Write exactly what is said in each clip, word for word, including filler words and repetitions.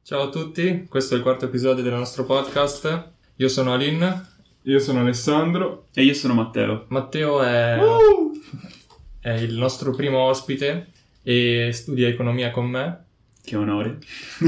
Ciao a tutti, questo è il quarto episodio del nostro podcast. Io sono Alin. Io sono Alessandro. E io sono Matteo. Matteo è, Uh! è il nostro primo ospite e studia economia con me Che onore.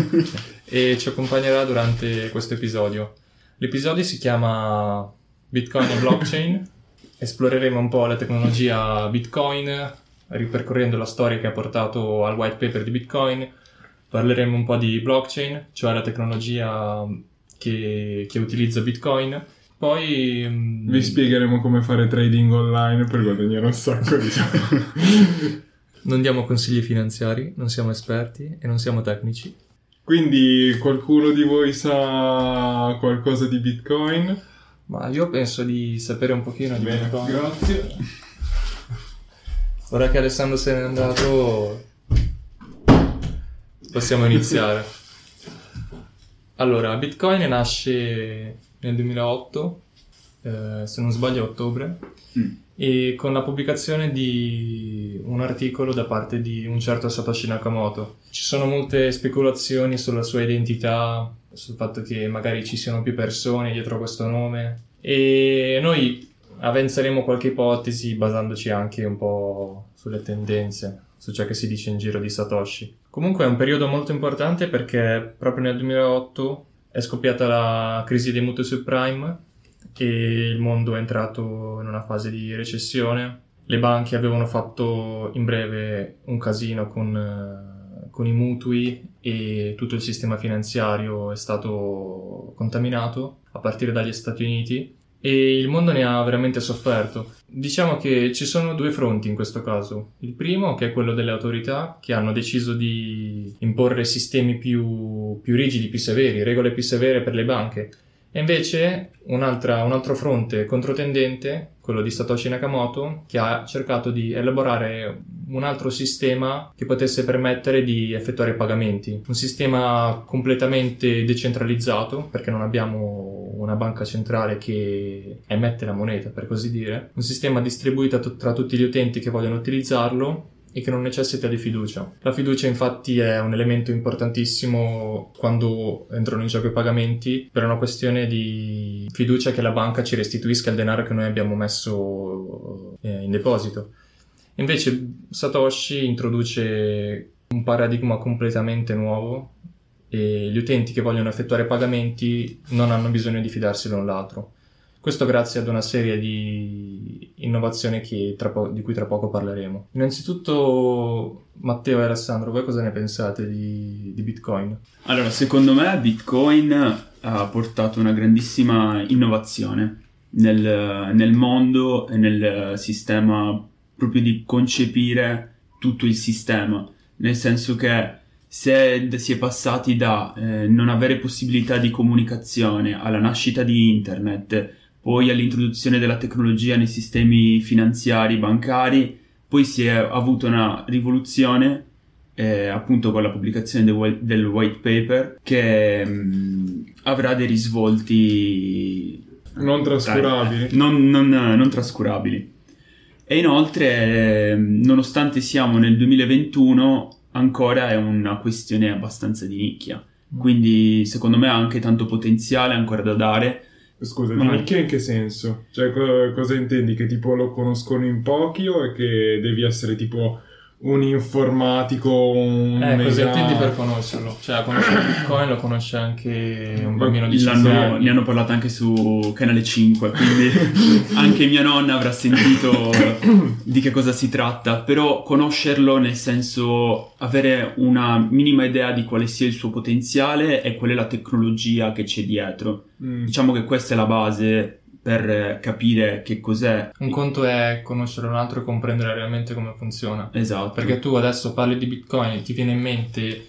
e ci accompagnerà durante questo episodio. L'episodio si chiama Bitcoin e Blockchain. Esploreremo un po' la tecnologia Bitcoin, ripercorrendo la storia che ha portato al white paper di Bitcoin. Parleremo un po' di blockchain, cioè la tecnologia che, che utilizza Bitcoin. Poi mh, Vi spiegheremo come fare trading online per guadagnare un sacco di soldi. non diamo consigli finanziari, non siamo esperti e non siamo tecnici. Quindi qualcuno di voi sa qualcosa di Bitcoin? Ma io penso di sapere un pochino di Bene, Bitcoin. grazie. Ora che Alessandro se n'è andato, possiamo iniziare. Allora, Bitcoin nasce nel duemilaotto, eh, se non sbaglio a ottobre, Mm. e con la pubblicazione di un articolo da parte di un certo Satoshi Nakamoto. Ci sono molte speculazioni sulla sua identità, sul fatto che magari ci siano più persone dietro a questo nome, e noi avanzeremo qualche ipotesi basandoci anche un po' sulle tendenze, su ciò che si dice in giro di Satoshi. Comunque è un periodo molto importante perché proprio nel duemilaotto è scoppiata la crisi dei mutui subprime e il mondo è entrato in una fase di recessione. Le banche avevano fatto in breve un casino con, eh, con i mutui e tutto il sistema finanziario è stato contaminato a partire dagli Stati Uniti e il mondo ne ha veramente sofferto. Diciamo che ci sono due fronti in questo caso. Il primo, che è quello delle autorità, che hanno deciso di imporre sistemi più, più rigidi, più severi, regole più severe per le banche. E invece un'altra, un altro fronte controtendente, quello di Satoshi Nakamoto, che ha cercato di elaborare un altro sistema che potesse permettere di effettuare pagamenti. Un sistema completamente decentralizzato, perché non abbiamo una banca centrale che emette la moneta, per così dire. Un sistema distribuito t- tra tutti gli utenti che vogliono utilizzarlo e che non necessita di fiducia. La fiducia infatti è un elemento importantissimo quando entrano in gioco i pagamenti, per una questione di fiducia che la banca ci restituisca il denaro che noi abbiamo messo eh, in deposito. Invece Satoshi introduce un paradigma completamente nuovo e gli utenti che vogliono effettuare pagamenti non hanno bisogno di fidarsi l'un l'altro. Questo grazie ad una serie di innovazioni che tra po- di cui tra poco parleremo. Innanzitutto, Matteo e Alessandro, voi cosa ne pensate di, di Bitcoin? Allora, secondo me Bitcoin ha portato una grandissima innovazione nel, nel mondo e nel sistema, proprio di concepire tutto il sistema, nel senso che se si è passati da eh, non avere possibilità di comunicazione alla nascita di internet, poi all'introduzione della tecnologia nei sistemi finanziari, bancari, poi si è avuto una rivoluzione eh, appunto con la pubblicazione del, white, del white paper che mh, avrà dei risvolti Non trascurabili. dai, non, non, non trascurabili. E inoltre, eh, nonostante siamo nel duemilaventuno, ancora è una questione abbastanza di nicchia. Quindi secondo me ha anche tanto potenziale ancora da dare. Scusa, Ma- di nicchia in che senso? Cioè, co- cosa intendi? Che tipo lo conoscono in pochi o è che devi essere tipo un informatico, un Eh, cosa mega- intendi per conoscerlo? Cioè, conoscere Bitcoin lo conosce anche un bambino di cinque L'hanno, anni. ne hanno parlato anche su Canale cinque, quindi anche mia nonna avrà sentito di che cosa si tratta, però conoscerlo nel senso avere una minima idea di quale sia il suo potenziale e qual è la tecnologia che c'è dietro. Mm. Diciamo che questa è la base per capire che cos'è. Un conto è conoscere un altro e comprendere realmente come funziona. Esatto. Perché tu adesso parli di Bitcoin e ti viene in mente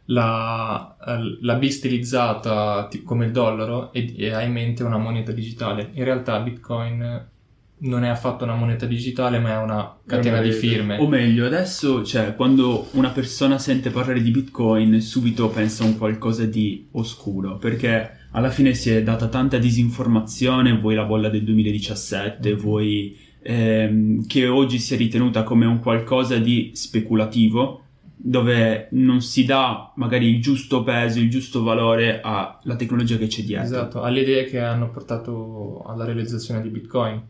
la, la B stilizzata ti- come il dollaro e, e hai in mente una moneta digitale. In realtà Bitcoin non è affatto una moneta digitale, ma è una catena di rete. firme. O meglio, adesso, cioè, quando una persona sente parlare di Bitcoin, subito pensa a un qualcosa di oscuro, perché alla fine si è data tanta disinformazione, vuoi la bolla del duemiladiciassette, vuoi ehm, che oggi sia ritenuta come un qualcosa di speculativo, dove non si dà magari il giusto peso, il giusto valore alla tecnologia che c'è dietro. Esatto, alle idee che hanno portato alla realizzazione di Bitcoin.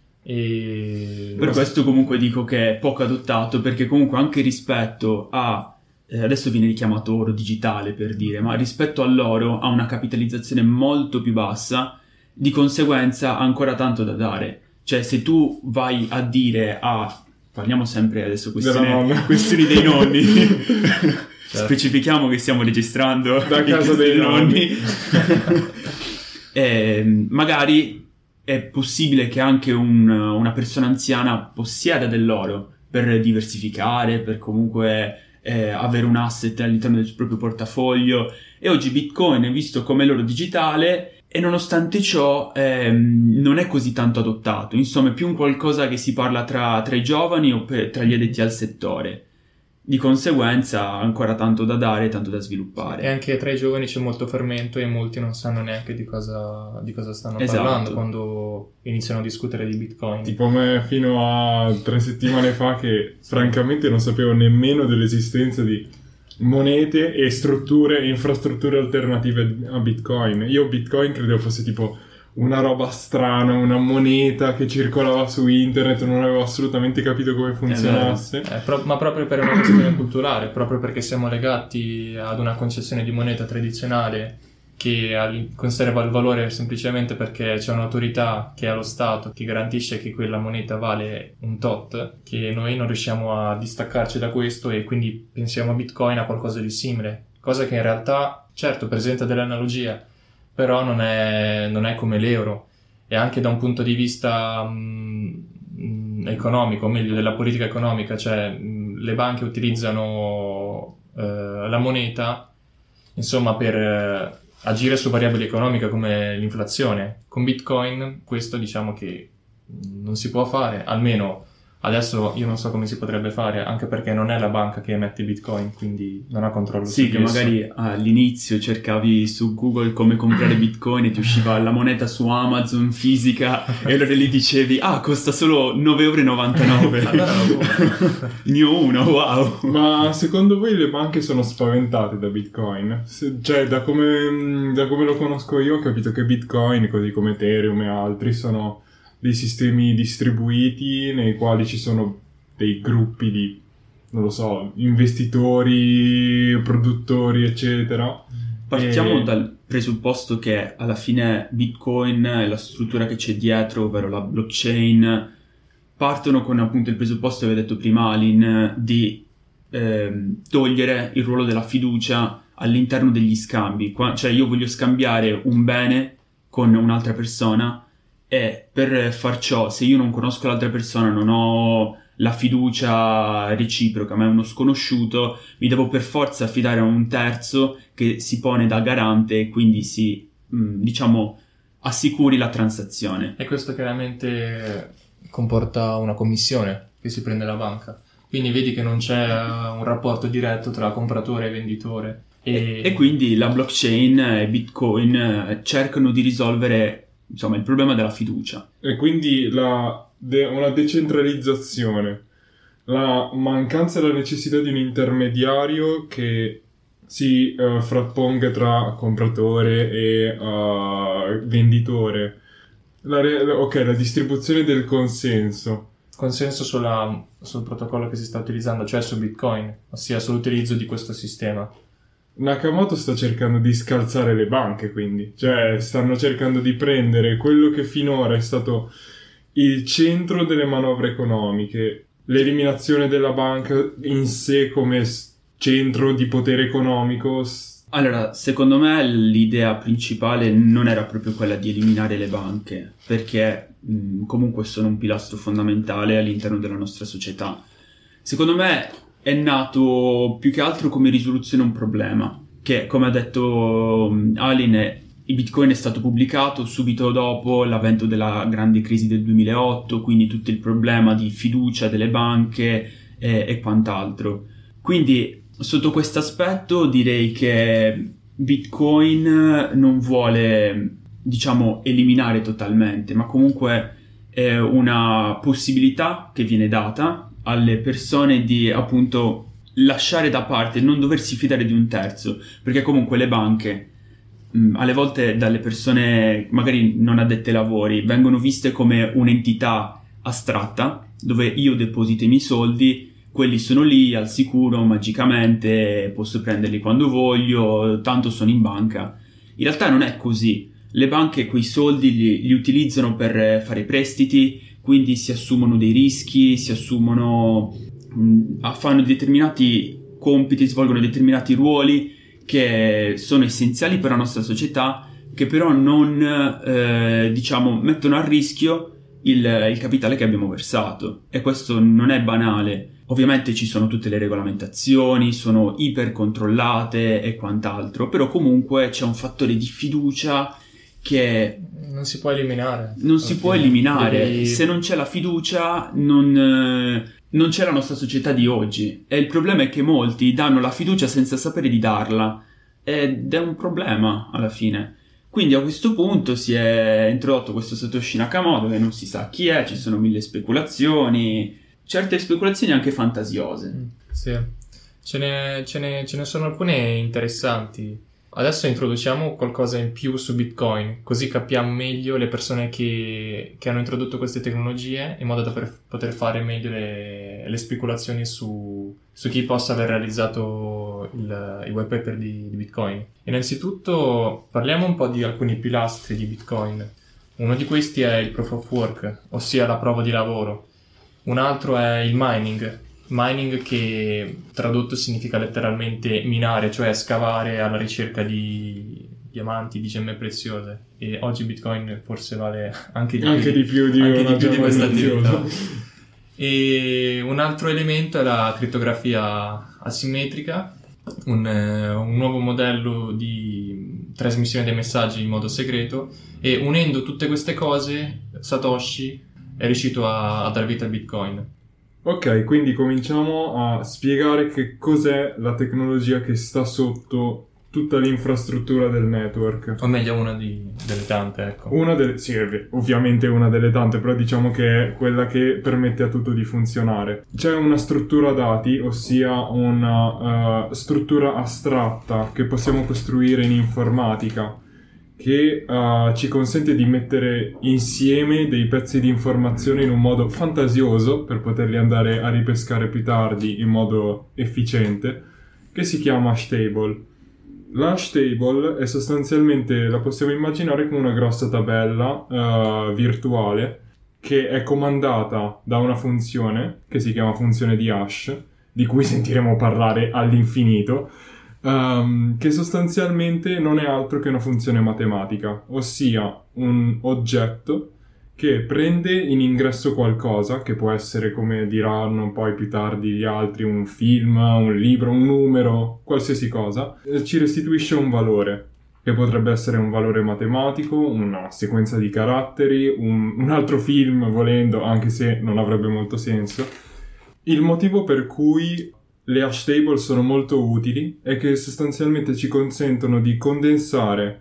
E... Per questo comunque dico che è poco adottato, perché comunque anche rispetto a eh, adesso viene richiamato oro digitale per dire, ma rispetto all'oro ha una capitalizzazione molto più bassa, di conseguenza ha ancora tanto da dare. Cioè se tu vai a dire a parliamo sempre adesso questione, questioni dei nonni certo. Specifichiamo che stiamo registrando da casa dei, dei nonni, nonni. E magari è possibile che anche un, una persona anziana possieda dell'oro per diversificare, per comunque eh, avere un asset all'interno del proprio portafoglio, e oggi Bitcoin è visto come l'oro digitale e nonostante ciò ehm, non è così tanto adottato. Insomma è più un qualcosa che si parla tra, tra i giovani o per, tra gli addetti al settore. Di conseguenza ha ancora tanto da dare, tanto da sviluppare. E anche tra i giovani c'è molto fermento e molti non sanno neanche di cosa, di cosa stanno esatto. parlando quando iniziano a discutere di Bitcoin. Tipo me fino a tre settimane fa che francamente non sapevo nemmeno dell'esistenza di monete e strutture e infrastrutture alternative a Bitcoin. Io Bitcoin credevo fosse tipo una roba strana, una moneta che circolava su internet, non avevo assolutamente capito come funzionasse. Eh, pro- ma proprio per una questione culturale, proprio perché siamo legati ad una concezione di moneta tradizionale che al- conserva il valore semplicemente perché c'è un'autorità che è lo Stato che garantisce che quella moneta vale un tot, che noi non riusciamo a distaccarci da questo e quindi pensiamo a Bitcoin a qualcosa di simile, cosa che in realtà certo presenta delle analogie, però non è, non è come l'euro, e anche da un punto di vista mh, economico, o meglio della politica economica, cioè mh, le banche utilizzano eh, la moneta insomma per eh, agire su variabili economiche come l'inflazione. Con Bitcoin questo diciamo che non si può fare, almeno adesso io non so come si potrebbe fare, anche perché non è la banca che emette Bitcoin, quindi non ha controllo sì, su che esso. magari all'inizio cercavi su Google come comprare Bitcoin e ti usciva la moneta su Amazon fisica e allora lì dicevi ah costa solo nove virgola novantanove euro. Allora lo ne ho uno, wow. Ma secondo voi le banche sono spaventate da Bitcoin? Se, cioè da come, da come lo conosco io ho capito che Bitcoin, così come Ethereum e altri, sono dei sistemi distribuiti nei quali ci sono dei gruppi di, non lo so, investitori, produttori, eccetera. Partiamo e... dal presupposto che alla fine Bitcoin e la struttura che c'è dietro, ovvero la blockchain, partono con appunto il presupposto che avevo detto prima Alin, di eh, togliere il ruolo della fiducia all'interno degli scambi. Qua, cioè io voglio scambiare un bene con un'altra persona, e per far ciò, se io non conosco l'altra persona, non ho la fiducia reciproca, ma è uno sconosciuto, mi devo per forza affidare a un terzo che si pone da garante e quindi si, mh, diciamo, assicuri la transazione. E questo chiaramente comporta una commissione che si prende la banca. Quindi vedi che non c'è un rapporto diretto tra compratore e venditore. E, e quindi la blockchain e Bitcoin cercano di risolvere insomma il problema della fiducia. E quindi la de- una decentralizzazione, la mancanza e la necessità di un intermediario che si uh, frapponga tra compratore e uh, venditore. La re- ok, la distribuzione del consenso. Consenso sulla, sul protocollo che si sta utilizzando, cioè su Bitcoin, ossia sull'utilizzo di questo sistema. Nakamoto sta cercando di scalzare le banche, quindi, cioè stanno cercando di prendere quello che finora è stato il centro delle manovre economiche, l'eliminazione della banca in sé come centro di potere economico. Allora, secondo me l'idea principale non era proprio quella di eliminare le banche, perché mh, comunque sono un pilastro fondamentale all'interno della nostra società. Secondo me è nato più che altro come risoluzione a un problema, che come ha detto Alin, è, il Bitcoin è stato pubblicato subito dopo l'avvento della grande crisi del duemilaotto, quindi tutto il problema di fiducia delle banche e, e quant'altro. Quindi sotto questo aspetto direi che Bitcoin non vuole, diciamo, eliminare totalmente, ma comunque è una possibilità che viene data alle persone di appunto lasciare da parte, non doversi fidare di un terzo, perché comunque le banche mh, alle volte dalle persone magari non addette ai lavori vengono viste come un'entità astratta dove io deposito i miei soldi, quelli sono lì al sicuro magicamente, posso prenderli quando voglio, tanto sono in banca. In realtà non è così. Le banche quei soldi li, li utilizzano per fare prestiti, quindi si assumono dei rischi, si assumono, mh, fanno determinati compiti, svolgono determinati ruoli che sono essenziali per la nostra società, che però non, eh, diciamo, mettono a rischio il, il capitale che abbiamo versato. E questo non è banale. Ovviamente ci sono tutte le regolamentazioni, sono iper controllate e quant'altro, però comunque c'è un fattore di fiducia che non si può eliminare. Non si può eliminare. Devi... Se non c'è la fiducia, non, eh, non c'è la nostra società di oggi. E il problema è che molti danno la fiducia senza sapere di darla. Ed è un problema, alla fine. Quindi a questo punto si è introdotto questo Satoshi Nakamoto, che non si sa chi è, ci sono mille speculazioni, certe speculazioni anche fantasiose. Sì, ce ne, ce ne, ce ne sono alcune interessanti. Adesso introduciamo qualcosa in più su Bitcoin, così capiamo meglio le persone che, che hanno introdotto queste tecnologie, in modo da per, poter fare meglio le, le speculazioni su, su chi possa aver realizzato il, il white paper di, di Bitcoin. Innanzitutto parliamo un po' di alcuni pilastri di Bitcoin. Uno di questi è il proof of work, ossia la prova di lavoro. Un altro è il mining. Mining, che tradotto significa letteralmente minare, cioè scavare alla ricerca di diamanti, di gemme preziose. E oggi Bitcoin forse vale anche di anche più di, più di, anche una di, più di questa preziosa. attività. E un altro elemento è la crittografia asimmetrica, un, eh, un nuovo modello di trasmissione dei messaggi in modo segreto, e unendo tutte queste cose Satoshi è riuscito a, a dar vita a Bitcoin. Ok, quindi cominciamo a spiegare che cos'è la tecnologia che sta sotto tutta l'infrastruttura del network. O meglio, una di, delle tante, ecco. Una delle, sì, ovviamente una delle tante, però diciamo che è quella che permette a tutto di funzionare. C'è una struttura dati, ossia una uh, struttura astratta che possiamo costruire in informatica, che uh, ci consente di mettere insieme dei pezzi di informazione in un modo fantasioso per poterli andare a ripescare più tardi in modo efficiente, che si chiama hash table. La hash table è sostanzialmente, la possiamo immaginare come una grossa tabella uh, virtuale che è comandata da una funzione che si chiama funzione di hash, di cui sentiremo parlare all'infinito, Um, che sostanzialmente non è altro che una funzione matematica, ossia un oggetto che prende in ingresso qualcosa, che può essere, come diranno poi più tardi gli altri, un film, un libro, un numero, qualsiasi cosa, e ci restituisce un valore, che potrebbe essere un valore matematico, una sequenza di caratteri, un, un altro film volendo, anche se non avrebbe molto senso. Il motivo per cui le hash table sono molto utili è che sostanzialmente ci consentono di condensare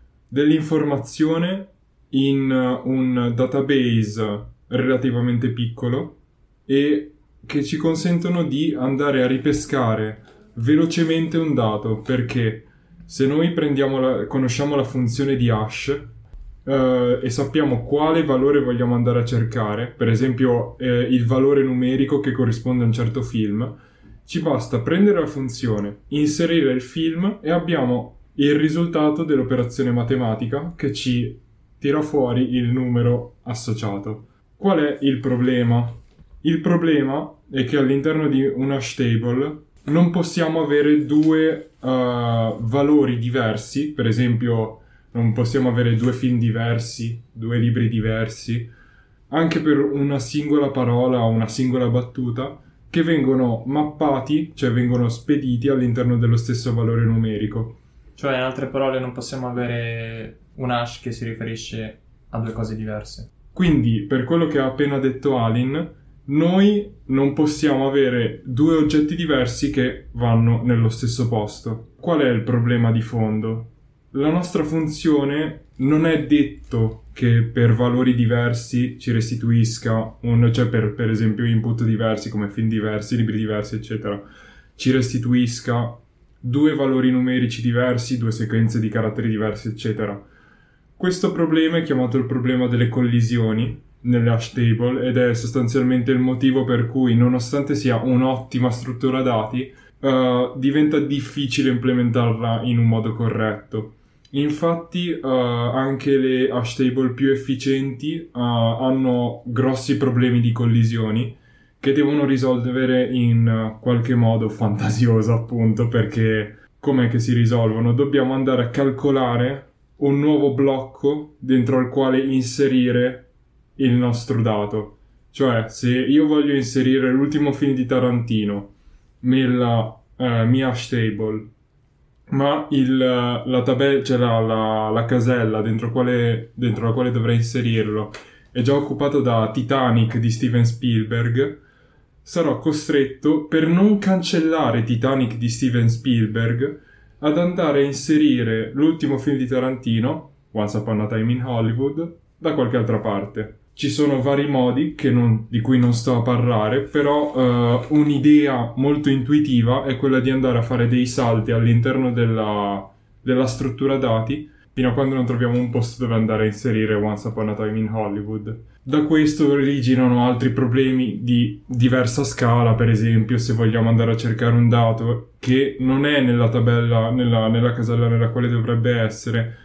dell'informazione in un database relativamente piccolo e che ci consentono di andare a ripescare velocemente un dato, perché se noi prendiamo la, conosciamo la funzione di hash eh, e sappiamo quale valore vogliamo andare a cercare, per esempio eh, il valore numerico che corrisponde a un certo film, ci basta prendere la funzione, inserire il film e abbiamo il risultato dell'operazione matematica che ci tira fuori il numero associato. Qual è il problema? Il problema è che all'interno di un hash table non possiamo avere due uh, valori diversi, per esempio non possiamo avere due film diversi, due libri diversi, anche per una singola parola o una singola battuta, che vengono mappati, cioè vengono spediti all'interno dello stesso valore numerico. Cioè, in altre parole, non possiamo avere un hash che si riferisce a due cose diverse. Quindi, per quello che ha appena detto Alin, noi non possiamo avere due oggetti diversi che vanno nello stesso posto. Qual è il problema di fondo? La nostra funzione non è detto che per valori diversi ci restituisca un, cioè per, per esempio input diversi come film diversi, libri diversi, eccetera, ci restituisca due valori numerici diversi, due sequenze di caratteri diversi, eccetera. Questo problema è chiamato il problema delle collisioni nelle hash table ed è sostanzialmente il motivo per cui, nonostante sia un'ottima struttura dati, uh, diventa difficile implementarla in un modo corretto. Infatti uh, anche le hash table più efficienti uh, hanno grossi problemi di collisioni che devono risolvere in uh, qualche modo fantasioso, appunto, perché com'è che si risolvono? Dobbiamo andare a calcolare un nuovo blocco dentro al quale inserire il nostro dato. Cioè, se io voglio inserire l'ultimo film di Tarantino nella uh, mia hash table, ma il, la tabella, cioè la, la, la casella dentro, quale, dentro la quale dovrei inserirlo è già occupata da Titanic di Steven Spielberg, sarò costretto, per non cancellare Titanic di Steven Spielberg, ad andare a inserire l'ultimo film di Tarantino, Once Upon a Time in Hollywood, da qualche altra parte. Ci sono vari modi che non, di cui non sto a parlare, però uh, un'idea molto intuitiva è quella di andare a fare dei salti all'interno della, della struttura dati fino a quando non troviamo un posto dove andare a inserire Once Upon a Time in Hollywood. Da questo originano altri problemi di diversa scala, per esempio se vogliamo andare a cercare un dato che non è nella tabella, nella, nella casella nella quale dovrebbe essere,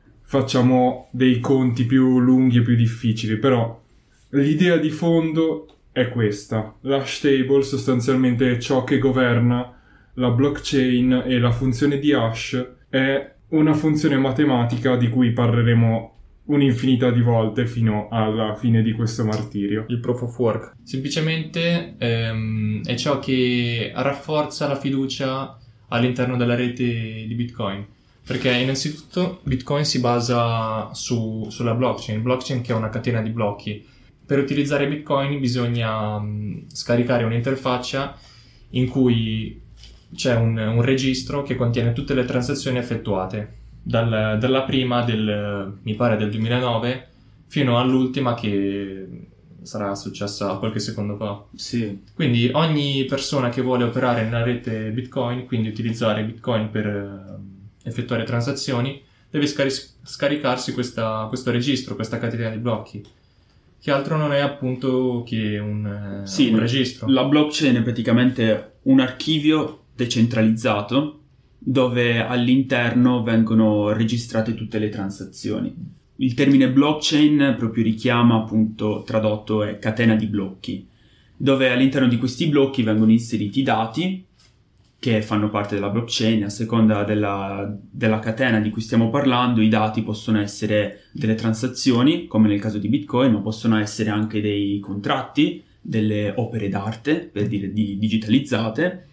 facciamo dei conti più lunghi e più difficili, però l'idea di fondo è questa. L'hash table sostanzialmente è ciò che governa la blockchain e la funzione di hash è una funzione matematica di cui parleremo un'infinità di volte fino alla fine di questo martirio. Il proof of work. Semplicemente ehm, è ciò che rafforza la fiducia all'interno della rete di Bitcoin. Perché innanzitutto Bitcoin si basa su, sulla blockchain, blockchain che è una catena di blocchi. Per utilizzare Bitcoin bisogna mh, scaricare un'interfaccia in cui c'è un, un registro che contiene tutte le transazioni effettuate, dal, dalla prima del, mi pare del duemilanove, fino all'ultima che sarà successa qualche secondo fa. Sì. Quindi ogni persona che vuole operare nella rete Bitcoin, quindi utilizzare Bitcoin per effettuare transazioni, deve scari- scaricarsi questa, questo registro, questa catena di blocchi, che altro non è appunto che un, sì, un registro. La blockchain è praticamente un archivio decentralizzato dove all'interno vengono registrate tutte le transazioni. Il termine blockchain proprio richiama, appunto, tradotto è catena di blocchi, dove all'interno di questi blocchi vengono inseriti i dati che fanno parte della blockchain. A seconda della, della catena di cui stiamo parlando, i dati possono essere delle transazioni, come nel caso di Bitcoin, ma possono essere anche dei contratti, delle opere d'arte, per dire di, digitalizzate,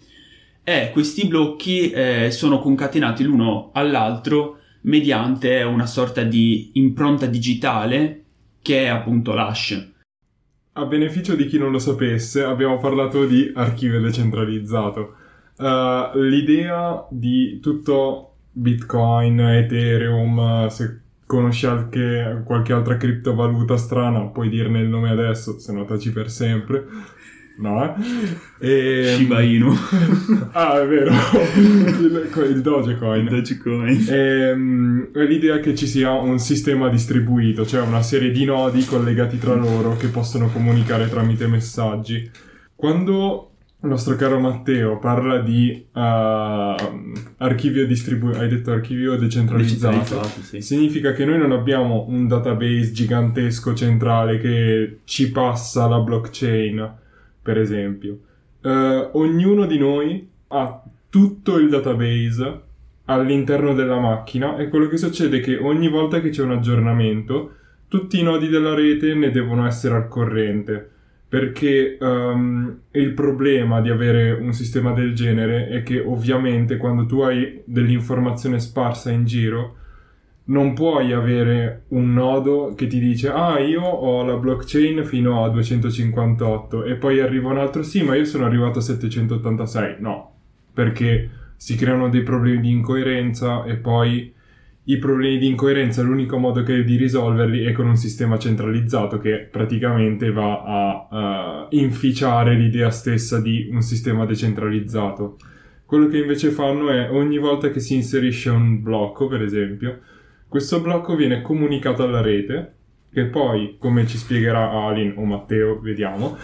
e questi blocchi eh, sono concatenati l'uno all'altro mediante una sorta di impronta digitale che è appunto l'hash. A beneficio di chi non lo sapesse, abbiamo parlato di archivio decentralizzato. Uh, l'idea di tutto Bitcoin, Ethereum, se conosci anche qualche altra criptovaluta strana, puoi dirne il nome adesso, se no taci per sempre. No, eh? E... Shiba Inu. Ah, è vero. il, il Dogecoin. Dogecoin. E, um, è l'idea che ci sia un sistema distribuito, cioè una serie di nodi collegati tra loro che possono comunicare tramite messaggi. Quando il nostro caro Matteo parla di uh, archivio distribuito, hai detto archivio decentralizzato, decentralizzato sì. Significa che noi non abbiamo un database gigantesco centrale che ci passa la blockchain, per esempio. Uh, ognuno di noi ha tutto il database all'interno della macchina e quello che succede è che ogni volta che c'è un aggiornamento, tutti i nodi della rete ne devono essere al corrente. Perché um, il problema di avere un sistema del genere è che ovviamente quando tu hai dell'informazione sparsa in giro non puoi avere un nodo che ti dice ah io ho la blockchain fino a duecentocinquantotto e poi arriva un altro sì ma io sono arrivato a settecentottantasei. No, perché si creano dei problemi di incoerenza e poi i problemi di incoerenza l'unico modo che hai di risolverli è con un sistema centralizzato che praticamente va a uh, inficiare l'idea stessa di un sistema decentralizzato. Quello che invece fanno è ogni volta che si inserisce un blocco, per esempio, questo blocco viene comunicato alla rete, che poi, come ci spiegherà Alin o Matteo, vediamo,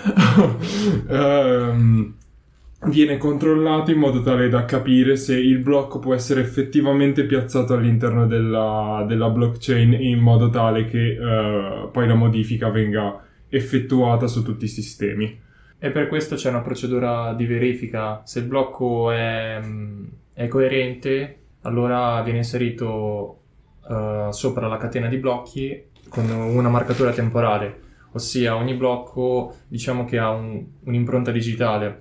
um, viene controllato in modo tale da capire se il blocco può essere effettivamente piazzato all'interno della, della blockchain in modo tale che uh, poi la modifica venga effettuata su tutti i sistemi. E per questo c'è una procedura di verifica. Se il blocco è, è coerente, allora viene inserito uh, sopra la catena di blocchi con una marcatura temporale, ossia ogni blocco diciamo che ha un, un'impronta digitale,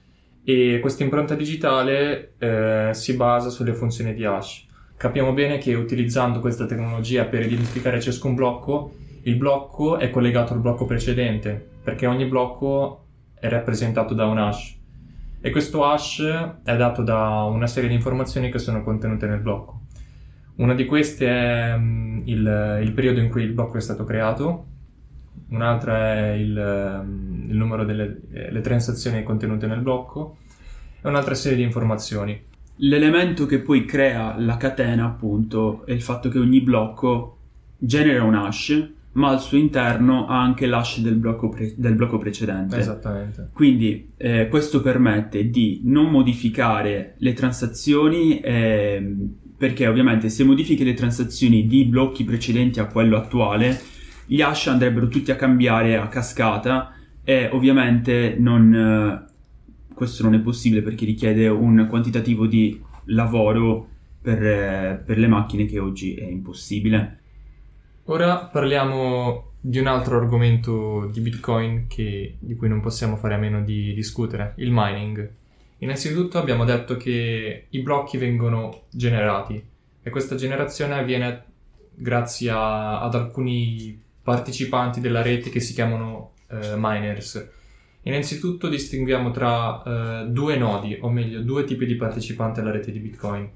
e questa impronta digitale eh, si basa sulle funzioni di hash. Capiamo bene che utilizzando questa tecnologia per identificare ciascun blocco, il blocco è collegato al blocco precedente, perché ogni blocco è rappresentato da un hash, e questo hash è dato da una serie di informazioni che sono contenute nel blocco. Una di queste è um, il, il periodo in cui il blocco è stato creato, un'altra è il, um, il numero delle le transazioni contenute nel blocco, e un'altra serie di informazioni. L'elemento che poi crea la catena, appunto, è il fatto che ogni blocco genera un hash, ma al suo interno ha anche l'hash del blocco, pre- del blocco precedente. Esattamente. Quindi eh, questo permette di non modificare le transazioni, eh, perché ovviamente se modifichi le transazioni di blocchi precedenti a quello attuale, gli hash andrebbero tutti a cambiare a cascata, e ovviamente non, eh, questo non è possibile perché richiede un quantitativo di lavoro per, eh, per le macchine che oggi è impossibile. Ora parliamo di un altro argomento di Bitcoin che, di cui non possiamo fare a meno di discutere, il mining. Innanzitutto abbiamo detto che i blocchi vengono generati, e questa generazione avviene grazie a, ad alcuni partecipanti della rete che si chiamano eh, miners. Innanzitutto distinguiamo tra eh, due nodi, o meglio due tipi di partecipanti alla rete di Bitcoin.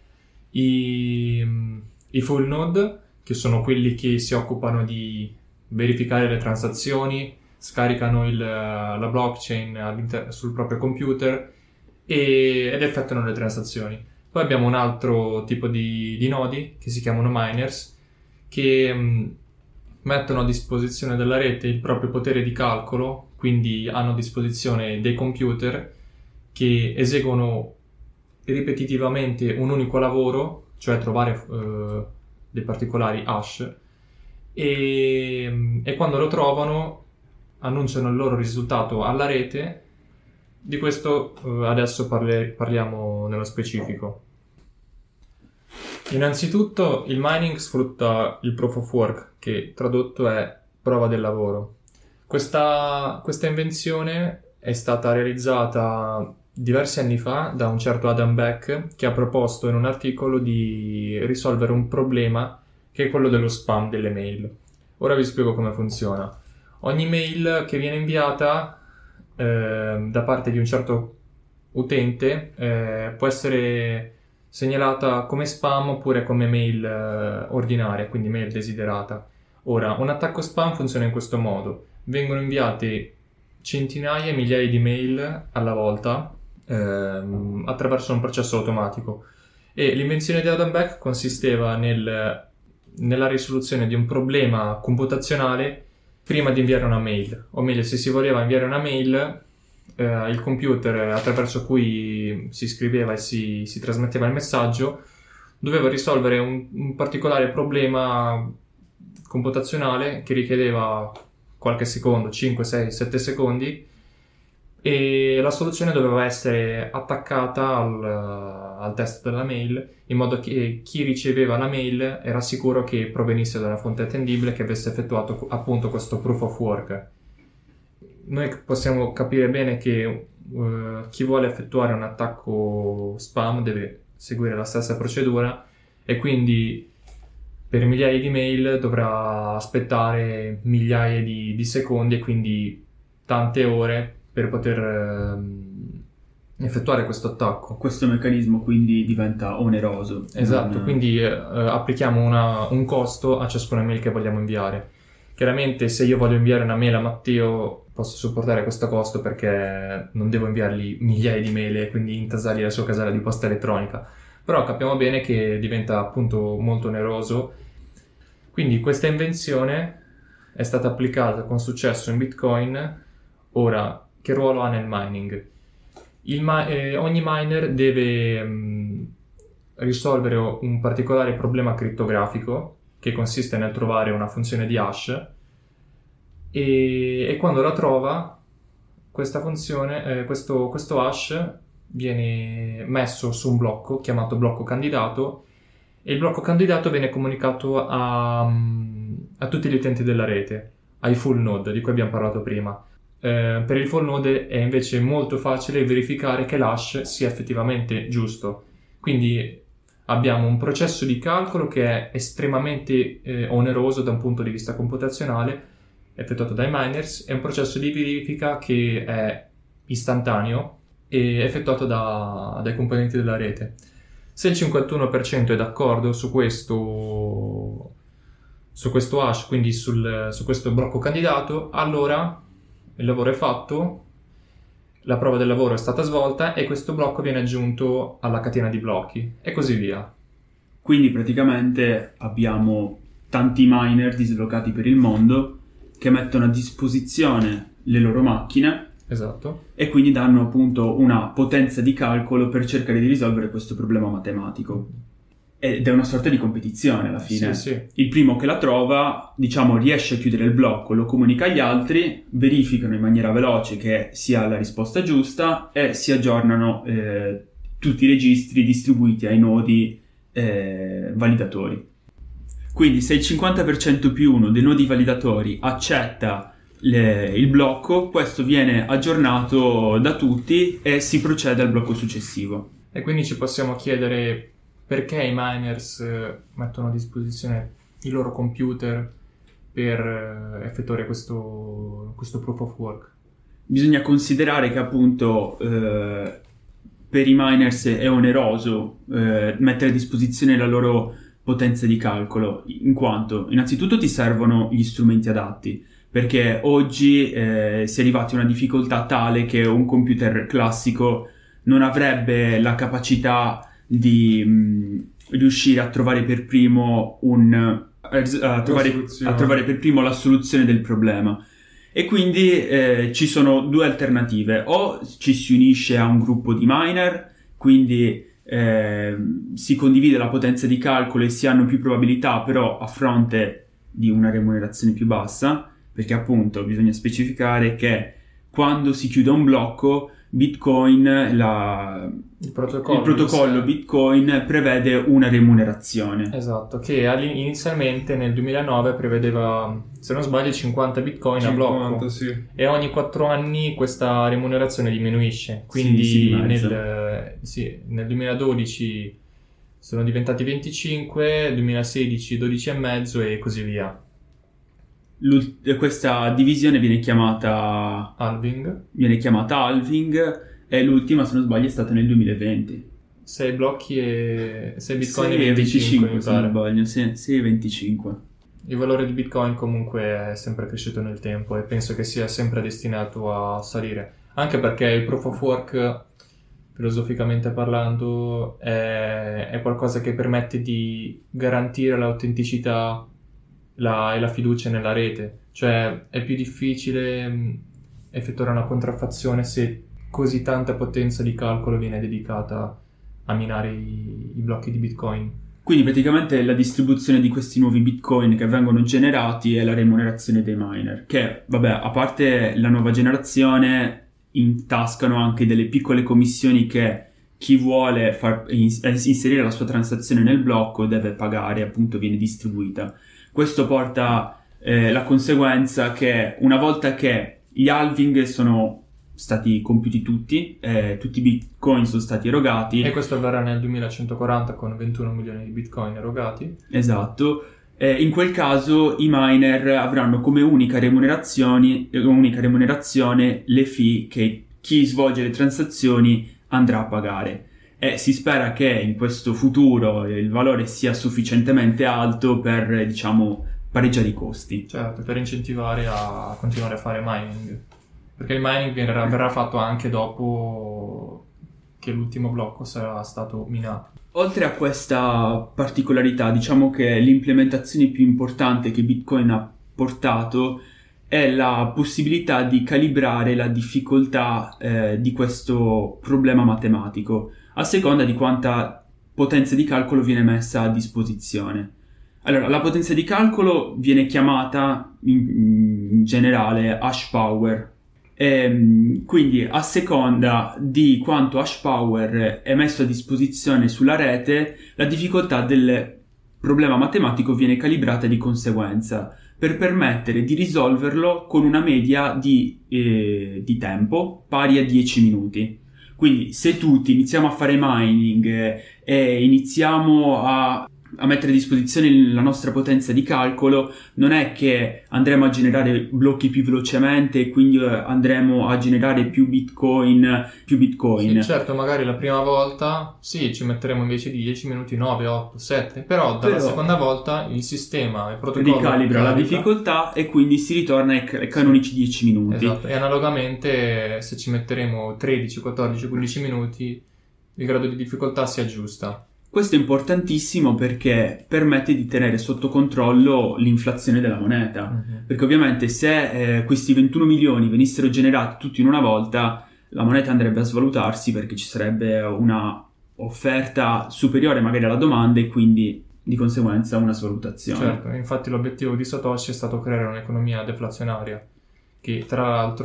I, i full node, che sono quelli che si occupano di verificare le transazioni, scaricano il, la blockchain sul proprio computer e, ed effettuano le transazioni. Poi abbiamo un altro tipo di, di nodi che si chiamano miners, che mh, mettono a disposizione della rete il proprio potere di calcolo, quindi hanno a disposizione dei computer che eseguono ripetitivamente un unico lavoro, cioè trovare eh, dei particolari hash, e, e quando lo trovano annunciano il loro risultato alla rete. Di questo eh, adesso parle, parliamo nello specifico. Innanzitutto il mining sfrutta il proof of work, che tradotto è prova del lavoro. Questa, questa invenzione è stata realizzata diversi anni fa da un certo Adam Beck, che ha proposto in un articolo di risolvere un problema che è quello dello spam delle mail. Ora vi spiego come funziona. Ogni mail che viene inviata eh, da parte di un certo utente eh, può essere segnalata come spam oppure come mail eh, ordinaria, quindi mail desiderata. Ora, un attacco spam funziona in questo modo. Vengono inviate centinaia e migliaia di mail alla volta ehm, attraverso un processo automatico, e l'invenzione di Adam Beck consisteva nel, nella risoluzione di un problema computazionale prima di inviare una mail, o meglio, se si voleva inviare una mail, eh, il computer attraverso cui si scriveva e si, si trasmetteva il messaggio doveva risolvere un, un particolare problema computazionale che richiedeva qualche secondo, cinque, sei, sette secondi, e la soluzione doveva essere attaccata al, al testo della mail, in modo che chi riceveva la mail era sicuro che provenisse da una fonte attendibile che avesse effettuato appunto questo proof of work. Noi possiamo capire bene che uh, chi vuole effettuare un attacco spam deve seguire la stessa procedura, e quindi per migliaia di mail dovrà aspettare migliaia di, di secondi e quindi tante ore per poter eh, effettuare questo attacco. Questo meccanismo quindi diventa oneroso. Esatto, non... quindi eh, applichiamo una, un costo a ciascuna mail che vogliamo inviare. Chiaramente se io voglio inviare una mail a Matteo posso sopportare questo costo perché non devo inviargli migliaia di mail e quindi intasargli la sua casella di posta elettronica. Però capiamo bene che diventa appunto molto oneroso. Quindi questa invenzione è stata applicata con successo in Bitcoin. Ora, che ruolo ha nel mining? Il ma- eh, ogni miner deve mh, risolvere un particolare problema crittografico che consiste nel trovare una funzione di hash e, e quando la trova questa funzione, eh, questo, questo hash viene messo su un blocco chiamato blocco candidato e il blocco candidato viene comunicato a, a tutti gli utenti della rete, ai full node di cui abbiamo parlato prima. Eh, per il full node è invece molto facile verificare che l'hash sia effettivamente giusto. Quindi abbiamo un processo di calcolo che è estremamente eh, oneroso da un punto di vista computazionale, effettuato dai miners, e un processo di verifica che è istantaneo e effettuato da, dai componenti della rete. Se il cinquantuno per cento è d'accordo su questo, su questo hash, quindi sul, su questo blocco candidato, allora il lavoro è fatto, la prova del lavoro è stata svolta e questo blocco viene aggiunto alla catena di blocchi e così via. Quindi praticamente abbiamo tanti miner dislocati per il mondo che mettono a disposizione le loro macchine. Esatto. E quindi danno appunto una potenza di calcolo per cercare di risolvere questo problema matematico. Ed è una sorta di competizione alla fine. Sì, sì. Il primo che la trova, diciamo, riesce a chiudere il blocco, lo comunica agli altri, verificano in maniera veloce che sia la risposta giusta e si aggiornano eh, tutti i registri distribuiti ai nodi eh, validatori. Quindi se il cinquanta per cento più uno dei nodi validatori accetta le, il blocco, questo viene aggiornato da tutti e si procede al blocco successivo. E quindi ci possiamo chiedere perché i miners mettono a disposizione i loro computer per effettuare questo, questo proof of work. Bisogna considerare che appunto eh, per i miners è oneroso eh, mettere a disposizione la loro potenza di calcolo, in quanto innanzitutto ti servono gli strumenti adatti, perché oggi eh, si è arrivati a una difficoltà tale che un computer classico non avrebbe la capacità di mh, riuscire a trovare per primo un a trovare, a trovare per primo la soluzione del problema. E quindi eh, ci sono due alternative: o ci si unisce a un gruppo di miner, quindi eh, si condivide la potenza di calcolo e si hanno più probabilità, però a fronte di una remunerazione più bassa, perché appunto bisogna specificare che quando si chiude un blocco Bitcoin, la, il protocollo, il protocollo Bitcoin prevede una remunerazione. Esatto, che inizialmente nel duemilanove prevedeva, se non sbaglio, cinquanta Bitcoin cinquanta, a blocco, sì. E ogni quattro anni questa remunerazione diminuisce, quindi sì, sì, nel, sì, nel duemiladodici sono diventati venticinque, duemilasedici dodici e mezzo e così via. L'ult- questa divisione viene chiamata halving viene chiamata halving e l'ultima, se non sbaglio, è stata nel duemilaventi. sei blocchi e sei Bitcoin sei e venticinque, mi se non pare. sbaglio, sì, sì, venticinque. Il valore di Bitcoin comunque è sempre cresciuto nel tempo e penso che sia sempre destinato a salire, anche perché il proof of work, filosoficamente parlando, è, è qualcosa che permette di garantire l'autenticità la, e la fiducia nella rete. Cioè è più difficile mh, effettuare una contraffazione se così tanta potenza di calcolo viene dedicata a minare i, i blocchi di Bitcoin. Quindi praticamente la distribuzione di questi nuovi Bitcoin che vengono generati è la remunerazione dei miner, che vabbè, a parte la nuova generazione, intascano anche delle piccole commissioni che chi vuole far inserire la sua transazione nel blocco deve pagare, appunto viene distribuita. Questo porta eh, la conseguenza che una volta che gli halving sono stati compiuti tutti, eh, tutti i bitcoin sono stati erogati. E questo avverrà nel duemilacentoquaranta con ventuno milioni di bitcoin erogati. Esatto. Eh, in quel caso i miner avranno come unica remunerazione, unica remunerazione le fee che chi svolge le transazioni andrà a pagare. E si spera che in questo futuro il valore sia sufficientemente alto per, diciamo, pareggiare i costi. Certo, per incentivare a continuare a fare mining. perché il mining verrà, verrà fatto anche dopo che l'ultimo blocco sarà stato minato. Oltre a questa particolarità, diciamo che l'implementazione più importante che Bitcoin ha portato è la possibilità di calibrare la difficoltà eh, di questo problema matematico a seconda di quanta potenza di calcolo viene messa a disposizione. Allora, la potenza di calcolo viene chiamata in, in generale hash power. E, quindi a seconda di quanto hash power è messo a disposizione sulla rete, la difficoltà del problema matematico viene calibrata di conseguenza per permettere di risolverlo con una media di, eh, di tempo pari a dieci minuti. Quindi se tutti iniziamo a fare mining eh, e iniziamo a a mettere a disposizione la nostra potenza di calcolo, non è che andremo a generare blocchi più velocemente e quindi andremo a generare più bitcoin, più bitcoin. Sì, certo, magari la prima volta sì, ci metteremo invece di dieci minuti nove, otto, sette, però dalla Però seconda volta il sistema, il protocollo ricalibra la ricalibra. difficoltà e quindi si ritorna ai, ai canonici dieci minuti. Esatto, e analogamente se ci metteremo tredici, quattordici, quindici minuti il grado di difficoltà si aggiusta. Questo è importantissimo perché permette di tenere sotto controllo l'inflazione della moneta, Mm-hmm. perché ovviamente se eh, questi ventuno milioni venissero generati tutti in una volta, la moneta andrebbe a svalutarsi perché ci sarebbe una offerta superiore magari alla domanda e quindi di conseguenza una svalutazione. Certo, infatti l'obiettivo di Satoshi è stato creare un'economia deflazionaria che tra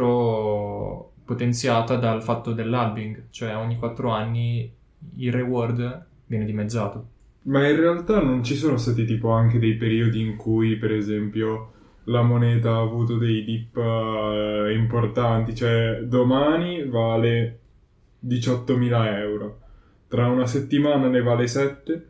l'altro potenziata dal fatto dell'halving, cioè ogni quattro anni il reward viene dimezzato. Ma in realtà non ci sono stati tipo anche dei periodi in cui, per esempio, la moneta ha avuto dei dip uh, importanti, cioè domani vale diciottomila euro, tra una settimana ne vale sette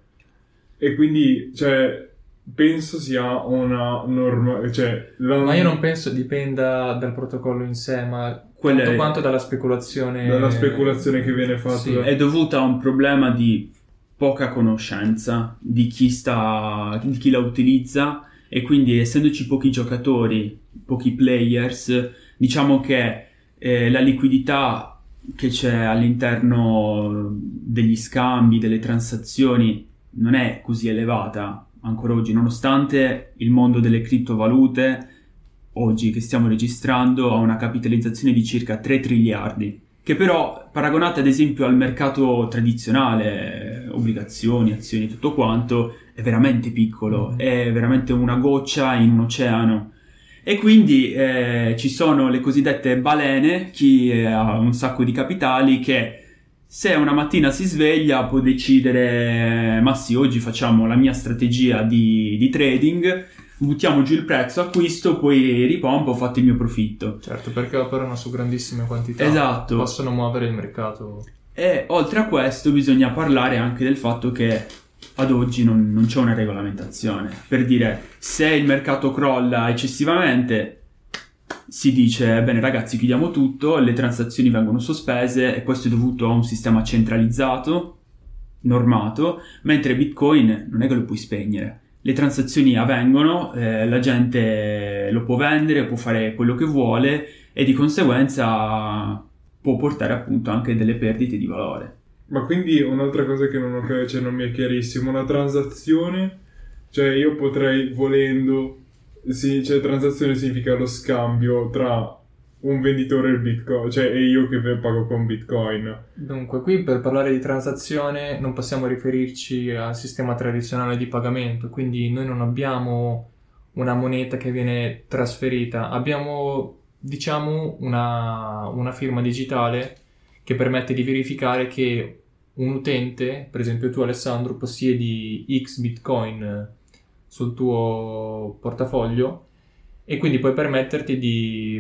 e quindi, cioè, penso sia una norma, cioè... La... Ma io non penso dipenda dal protocollo in sé, ma Quella tanto è- quanto dalla speculazione... Dalla speculazione che viene fatta. Sì. È dovuta a un problema di poca conoscenza di chi sta, di chi la utilizza e quindi essendoci pochi giocatori, pochi players, diciamo che eh, la liquidità che c'è all'interno degli scambi, delle transazioni non è così elevata ancora oggi, nonostante il mondo delle criptovalute oggi che stiamo registrando ha una capitalizzazione di circa tre triliardi, che però paragonate ad esempio al mercato tradizionale, obbligazioni, azioni, tutto quanto, è veramente piccolo, Mm. è veramente una goccia in un oceano. E quindi eh, ci sono le cosiddette balene, chi eh, ha un sacco di capitali che se una mattina si sveglia può decidere ma sì, oggi facciamo la mia strategia di, di trading, buttiamo giù il prezzo, acquisto, poi ripompo, ho fatto il mio profitto. Certo, perché operano su grandissime quantità. Esatto. Possono muovere il mercato. E oltre a questo bisogna parlare anche del fatto che ad oggi non, non c'è una regolamentazione. Per dire, se il mercato crolla eccessivamente, si dice, bene ragazzi, chiudiamo tutto, le transazioni vengono sospese e questo è dovuto a un sistema centralizzato, normato, mentre Bitcoin non è che lo puoi spegnere. Le transazioni avvengono, eh, la gente lo può vendere, può fare quello che vuole e di conseguenza può portare appunto anche delle perdite di valore. Ma quindi un'altra cosa che non, ho, cioè non mi è chiarissimo, una transazione, cioè io potrei volendo, sì, cioè transazione significa lo scambio tra un venditore e il Bitcoin, cioè e io che pago con Bitcoin. Dunque, qui per parlare di transazione non possiamo riferirci al sistema tradizionale di pagamento, quindi noi non abbiamo una moneta che viene trasferita, abbiamo, diciamo, una, una firma digitale che permette di verificare che un utente, per esempio tu Alessandro, possiedi X Bitcoin sul tuo portafoglio e quindi puoi permetterti di,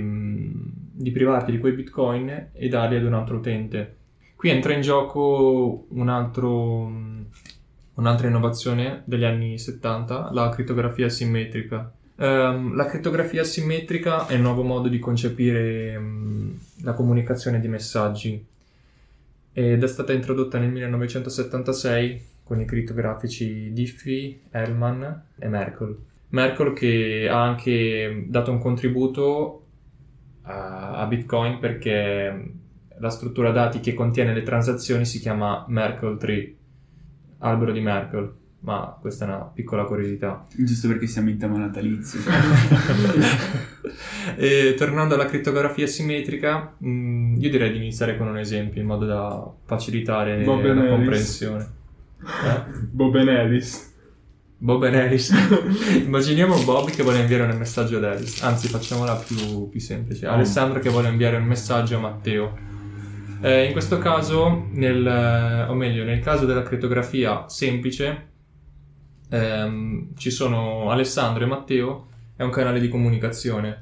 di privarti di quei Bitcoin e darli ad un altro utente. Qui entra in gioco un altro, un'altra innovazione degli anni settanta, la crittografia simmetrica. Um, la crittografia simmetrica è il nuovo modo di concepire um, la comunicazione di messaggi ed è stata introdotta nel millenovecentosettantasei con i crittografici Diffie, Hellman e Merkle. Merkle che ha anche dato un contributo a, a Bitcoin perché la struttura dati che contiene le transazioni si chiama Merkle Tree, albero di Merkle, ma questa è una piccola curiosità. Giusto perché siamo in tema natalizio. E tornando alla crittografia simmetrica, mh, io direi di iniziare con un esempio in modo da facilitare Bob la Ellis. comprensione. Eh? Bob Ellis. Bob e Ellis. Immaginiamo Bob che vuole inviare un messaggio ad Ellis, anzi facciamola più, più semplice. Oh. Alessandro che vuole inviare un messaggio a Matteo. Eh, in questo caso, nel, o meglio, nel caso della crittografia semplice, ehm, ci sono Alessandro e Matteo, è un canale di comunicazione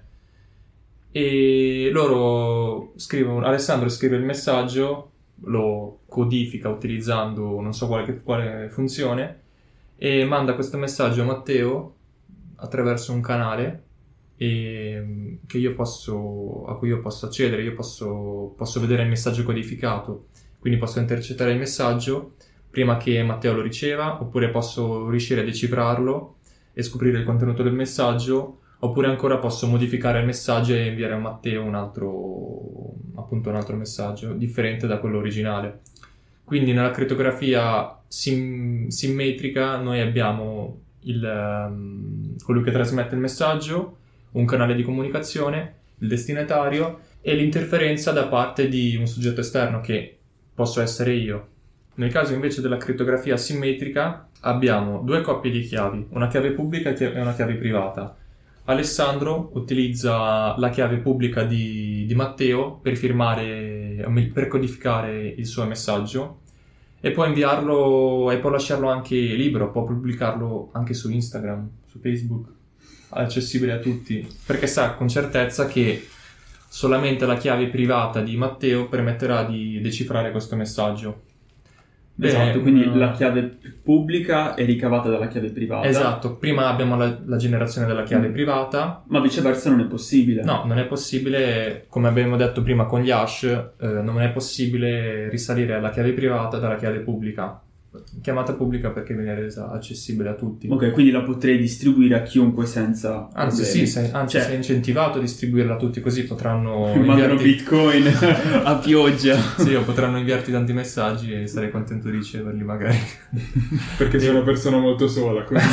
e loro scrivono, Alessandro scrive il messaggio, lo codifica utilizzando non so quale, quale funzione e manda questo messaggio a Matteo attraverso un canale e, che io posso, a cui io posso accedere, io posso, posso vedere il messaggio codificato, quindi posso intercettare il messaggio prima che Matteo lo riceva, oppure posso riuscire a decifrarlo e scoprire il contenuto del messaggio, oppure ancora posso modificare il messaggio e inviare a Matteo un altro, appunto un altro messaggio differente da quello originale. Quindi nella crittografia sim- simmetrica noi abbiamo il, um, colui che trasmette il messaggio, un canale di comunicazione, il destinatario e l'interferenza da parte di un soggetto esterno che posso essere io. Nel caso invece della crittografia simmetrica abbiamo due coppie di chiavi, una chiave pubblica e una chiave privata. Alessandro utilizza la chiave pubblica di, di Matteo per firmare, per codificare il suo messaggio e può inviarlo e può lasciarlo anche libero, può pubblicarlo anche su Instagram, su Facebook, accessibile a tutti, perché sa con certezza che solamente la chiave privata di Matteo permetterà di decifrare questo messaggio. Esatto, Beh, quindi uh, la chiave pubblica è ricavata dalla chiave privata. Esatto, prima abbiamo la, la generazione della chiave mm. privata. Ma viceversa non è possibile. No, non è possibile, come abbiamo detto prima con gli hash, eh, non è possibile risalire alla chiave privata dalla chiave pubblica. Chiamata pubblica perché viene resa accessibile a tutti. Ok, quindi la potrei distribuire a chiunque senza Anzi problemi. sì, sei, anzi cioè, sei incentivato a distribuirla a tutti, così potranno mandano inviarti... Bitcoin a pioggia. Sì, o potranno inviarti tanti messaggi e sarei contento di riceverli magari. Perché sei una persona molto sola, quindi...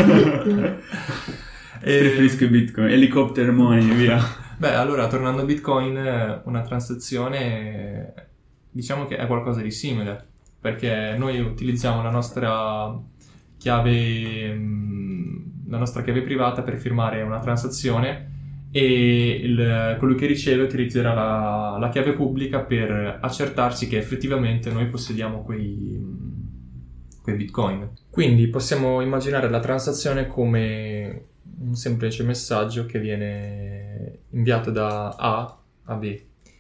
e... Preferisco i Bitcoin, helicopter money, via. Beh, allora, tornando a Bitcoin, una transazione diciamo che è qualcosa di simile, perché noi utilizziamo la nostra chiave la nostra chiave privata per firmare una transazione e il, colui che riceve utilizzerà la, la chiave pubblica per accertarsi che effettivamente noi possediamo quei, quei Bitcoin. Quindi possiamo immaginare la transazione come un semplice messaggio che viene inviato da A a B.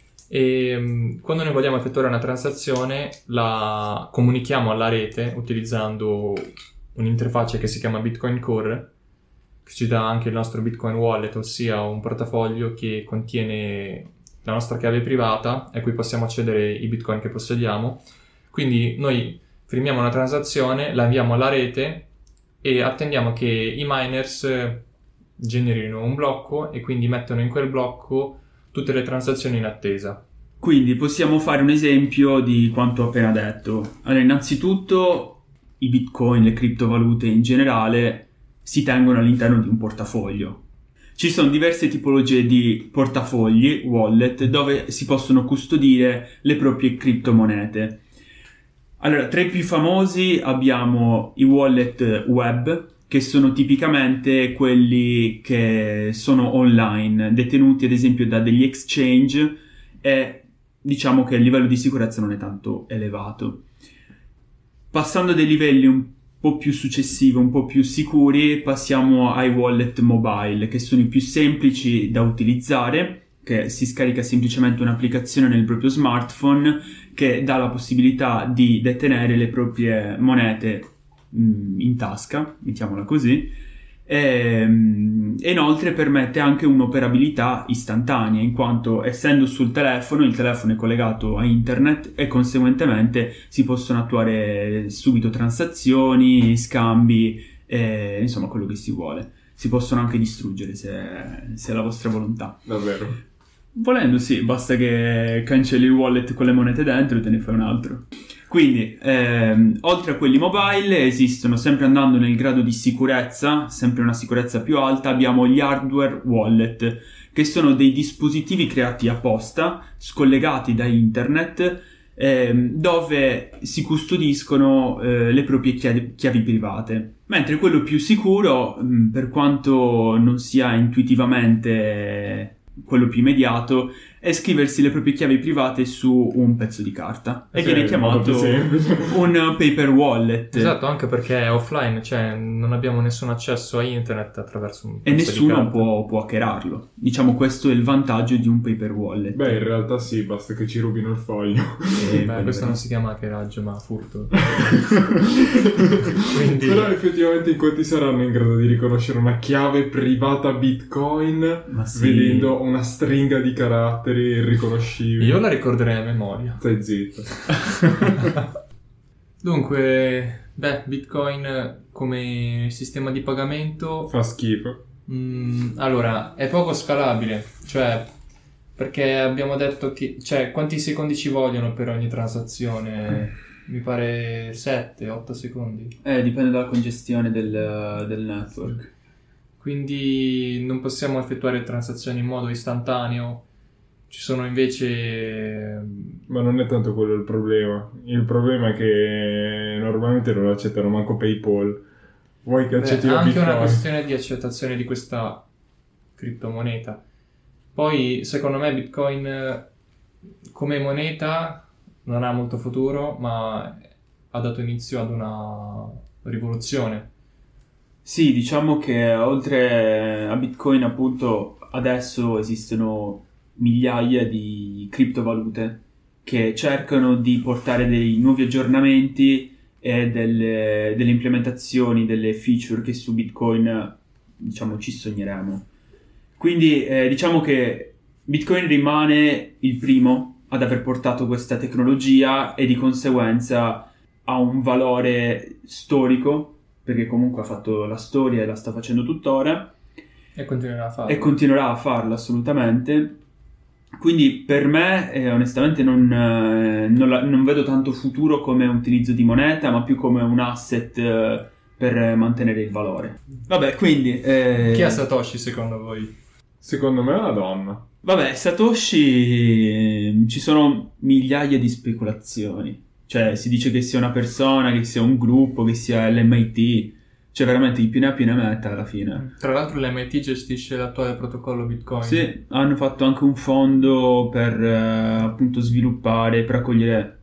E quando noi vogliamo effettuare una transazione la comunichiamo alla rete utilizzando un'interfaccia che si chiama Bitcoin Core, che ci dà anche il nostro Bitcoin Wallet, ossia un portafoglio che contiene la nostra chiave privata a cui possiamo accedere i Bitcoin che possediamo. Quindi noi firmiamo una transazione, la inviamo alla rete e attendiamo che i miners generino un blocco e quindi mettono in quel blocco tutte le transazioni in attesa. Quindi possiamo fare un esempio di quanto ho appena detto. Allora, innanzitutto i Bitcoin, le criptovalute in generale, si tengono all'interno di un portafoglio. Ci sono diverse tipologie di portafogli, wallet, dove si possono custodire le proprie criptomonete. Allora, tra i più famosi abbiamo i wallet web, che sono tipicamente quelli che sono online, detenuti ad esempio da degli exchange, e diciamo che il livello di sicurezza non è tanto elevato. Passando a dei livelli un po' più successivi, un po' più sicuri, passiamo ai wallet mobile, che sono i più semplici da utilizzare, che si scarica semplicemente un'applicazione nel proprio smartphone che dà la possibilità di detenere le proprie monete in tasca, mettiamola così, e, e inoltre permette anche un'operabilità istantanea, in quanto essendo sul telefono, il telefono è collegato a internet e conseguentemente si possono attuare subito transazioni, scambi, e, insomma quello che si vuole. Si possono anche distruggere se, se è la vostra volontà. Davvero? Volendo sì, basta che cancelli il wallet con le monete dentro e te ne fai un altro. Quindi, ehm, oltre a quelli mobile, esistono, sempre andando nel grado di sicurezza, sempre una sicurezza più alta, abbiamo gli hardware wallet, che sono dei dispositivi creati apposta, scollegati da internet, ehm, dove si custodiscono eh, le proprie chiavi, chiavi private. Mentre quello più sicuro, mh, per quanto non sia intuitivamente quello più immediato, è scriversi le proprie chiavi private su un pezzo di carta e Sì, viene chiamato un paper wallet. Esatto, anche perché è offline, cioè non abbiamo nessun accesso a internet attraverso un E pezzo di nessuno carta. può, può hackerarlo. Diciamo, questo è il vantaggio di un paper wallet. Beh, in realtà sì, basta che ci rubino il foglio. E Beh, questo non si chiama hackeraggio, ma furto. Quindi... Però effettivamente in quanti saranno in grado di riconoscere una chiave privata Bitcoin Ma sì. vedendo una stringa di caratteri irriconoscibili? Io la ricorderei a memoria. Stai zitto. Dunque, beh, Bitcoin come sistema di pagamento... Fa schifo. Mm, allora, è poco scalabile, cioè perché abbiamo detto che, cioè, quanti secondi ci vogliono per ogni transazione? Mi pare sette otto secondi. Eh, dipende dalla congestione del, del network. Quindi non possiamo effettuare transazioni in modo istantaneo. Ci sono invece... Ma non è tanto quello il problema. Il problema è che normalmente non accettano manco PayPal. Vuoi che accetti Beh, la anche Bitcoin? una questione di accettazione di questa criptomoneta. Poi, secondo me, Bitcoin eh, come moneta non ha molto futuro, ma ha dato inizio ad una rivoluzione. Sì, diciamo che oltre a Bitcoin, appunto, adesso esistono migliaia di criptovalute che cercano di portare dei nuovi aggiornamenti e delle, delle implementazioni, delle feature che su Bitcoin, diciamo, ci sogneremo. Quindi eh, diciamo che Bitcoin rimane il primo ad aver portato questa tecnologia e di conseguenza ha un valore storico, perché comunque ha fatto la storia e la sta facendo tuttora. E continuerà a farlo. E continuerà a farlo, assolutamente. Quindi per me, eh, onestamente, non, eh, non, la, non vedo tanto futuro come utilizzo di moneta, ma più come un asset eh, per mantenere il valore. Vabbè, quindi... Eh... Chi è Satoshi, secondo voi? Secondo me è una donna. Vabbè, Satoshi, ci sono migliaia di speculazioni. Cioè, si dice che sia una persona, che sia un gruppo, che sia l'M I T. Cioè, veramente, chi più ne ha più ne metta alla fine. Tra l'altro l'M I T gestisce l'attuale protocollo Bitcoin. Sì, hanno fatto anche un fondo per eh, appunto sviluppare, per accogliere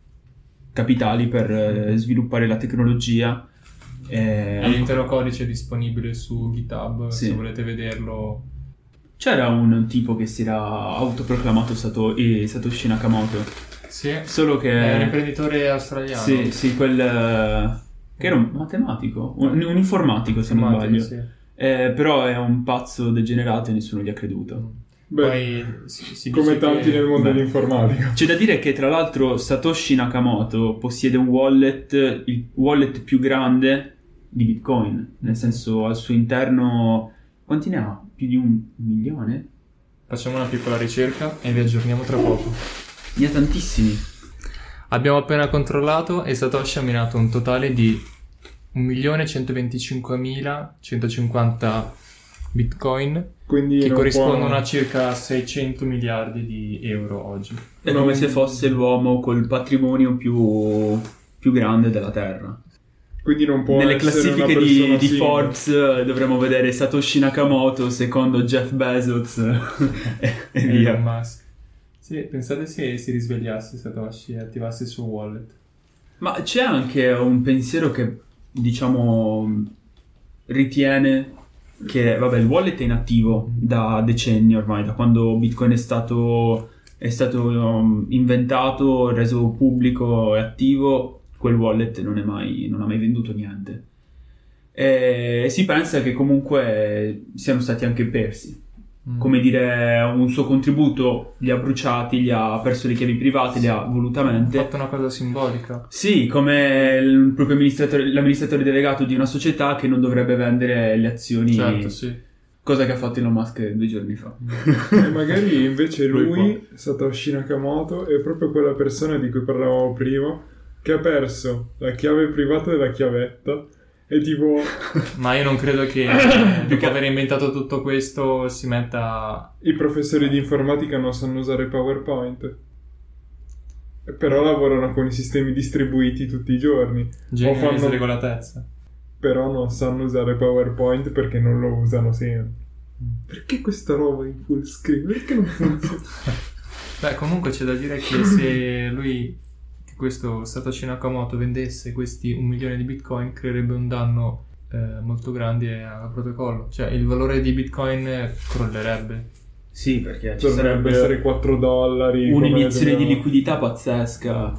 capitali per eh, sviluppare la tecnologia. E l'intero codice è disponibile su GitHub, Sì. se volete vederlo. C'era un tipo che si era autoproclamato Sato- eh, Satoshi Nakamoto. Sì, Solo che... è un imprenditore australiano. Sì, sì, quel... eh, che era un matematico, un, un informatico se non Informatico, sbaglio. sì. Eh, però è un pazzo degenerato e nessuno gli ha creduto. Beh, Poi si, si come dice tanti che... nel mondo Beh. dell'informatica. C'è da dire che tra l'altro Satoshi Nakamoto possiede un wallet, il wallet più grande di Bitcoin, nel senso al suo interno quanti ne ha? Più di un milione? Facciamo una piccola ricerca e vi aggiorniamo tra poco. Ne ha tantissimi. Abbiamo appena controllato e Satoshi ha minato un totale di un milione centoventicinquemilacentocinquanta Bitcoin, Quindi che non corrispondono può- a circa seicento miliardi di euro oggi. È come se fosse l'uomo col patrimonio più, più grande della Terra. Quindi non può Nelle essere una classifiche di, persona di singola. Forbes eh, dovremmo vedere Satoshi Nakamoto secondo Jeff Bezos e, e Elon via. Musk. Sì, pensate se si risvegliasse Satoshi e attivasse il suo wallet. Ma c'è anche un pensiero che, diciamo, ritiene che, vabbè, il wallet è inattivo da decenni ormai, da quando Bitcoin è stato, è stato um, inventato, reso pubblico e attivo, quel wallet non è mai, non ha mai venduto niente. E si pensa che comunque siano stati anche persi. Mm. Come dire, un suo contributo li ha bruciati, li ha perso le chiavi private, li ha Ha volutamente. fatto una cosa simbolica. Sì, come il proprio amministratore, l'amministratore delegato di una società che non dovrebbe vendere le azioni Certo, sì. cosa che ha fatto Elon Musk due giorni fa. E magari invece Lui lui, Satoshi Nakamoto, è proprio quella persona di cui parlavamo prima, che ha perso la chiave privata della chiavetta. E tipo... Ma io non credo che dopo aver inventato tutto questo si metta... I professori di informatica non sanno usare PowerPoint. Però lavorano con i sistemi distribuiti tutti i giorni. Genio o fanno... di sregolatezza. Però non sanno usare PowerPoint perché non lo usano sempre. Perché questa roba in full screen? Perché non funziona? Beh, comunque c'è da dire che se lui, che questo Satoshi Nakamoto, vendesse questi un milione di bitcoin, creerebbe un danno eh, molto grande al protocollo. Cioè il valore di bitcoin crollerebbe. Sì, perché ci Dovrebbe sarebbe essere quattro dollari. un'iniezione come di liquidità pazzesca,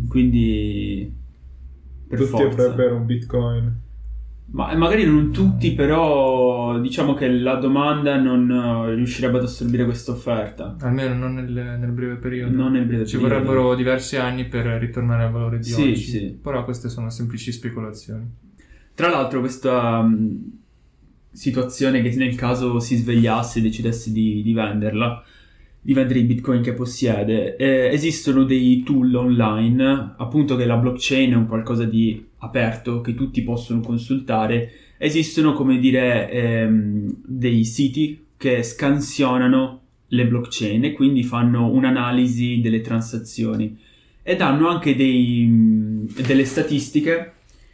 quindi per tutti forza. avrebbero un bitcoin. Ma magari non tutti, però diciamo che la domanda non uh, riuscirebbe ad assorbire questa offerta. Almeno non nel, nel breve periodo. Non nel breve Ci periodo. vorrebbero diversi anni per ritornare al valore di Sì, oggi. sì. Però queste sono semplici speculazioni. Tra l'altro questa um, situazione che nel caso si svegliasse e decidesse di, di venderla, di vendere i bitcoin che possiede, eh, esistono dei tool online, appunto che la blockchain è un qualcosa di aperto che tutti possono consultare. Esistono, come dire, ehm, dei siti che scansionano le blockchain e quindi fanno un'analisi delle transazioni e danno anche dei, delle statistiche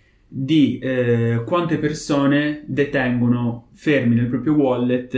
di eh, quante persone detengono fermi nel proprio wallet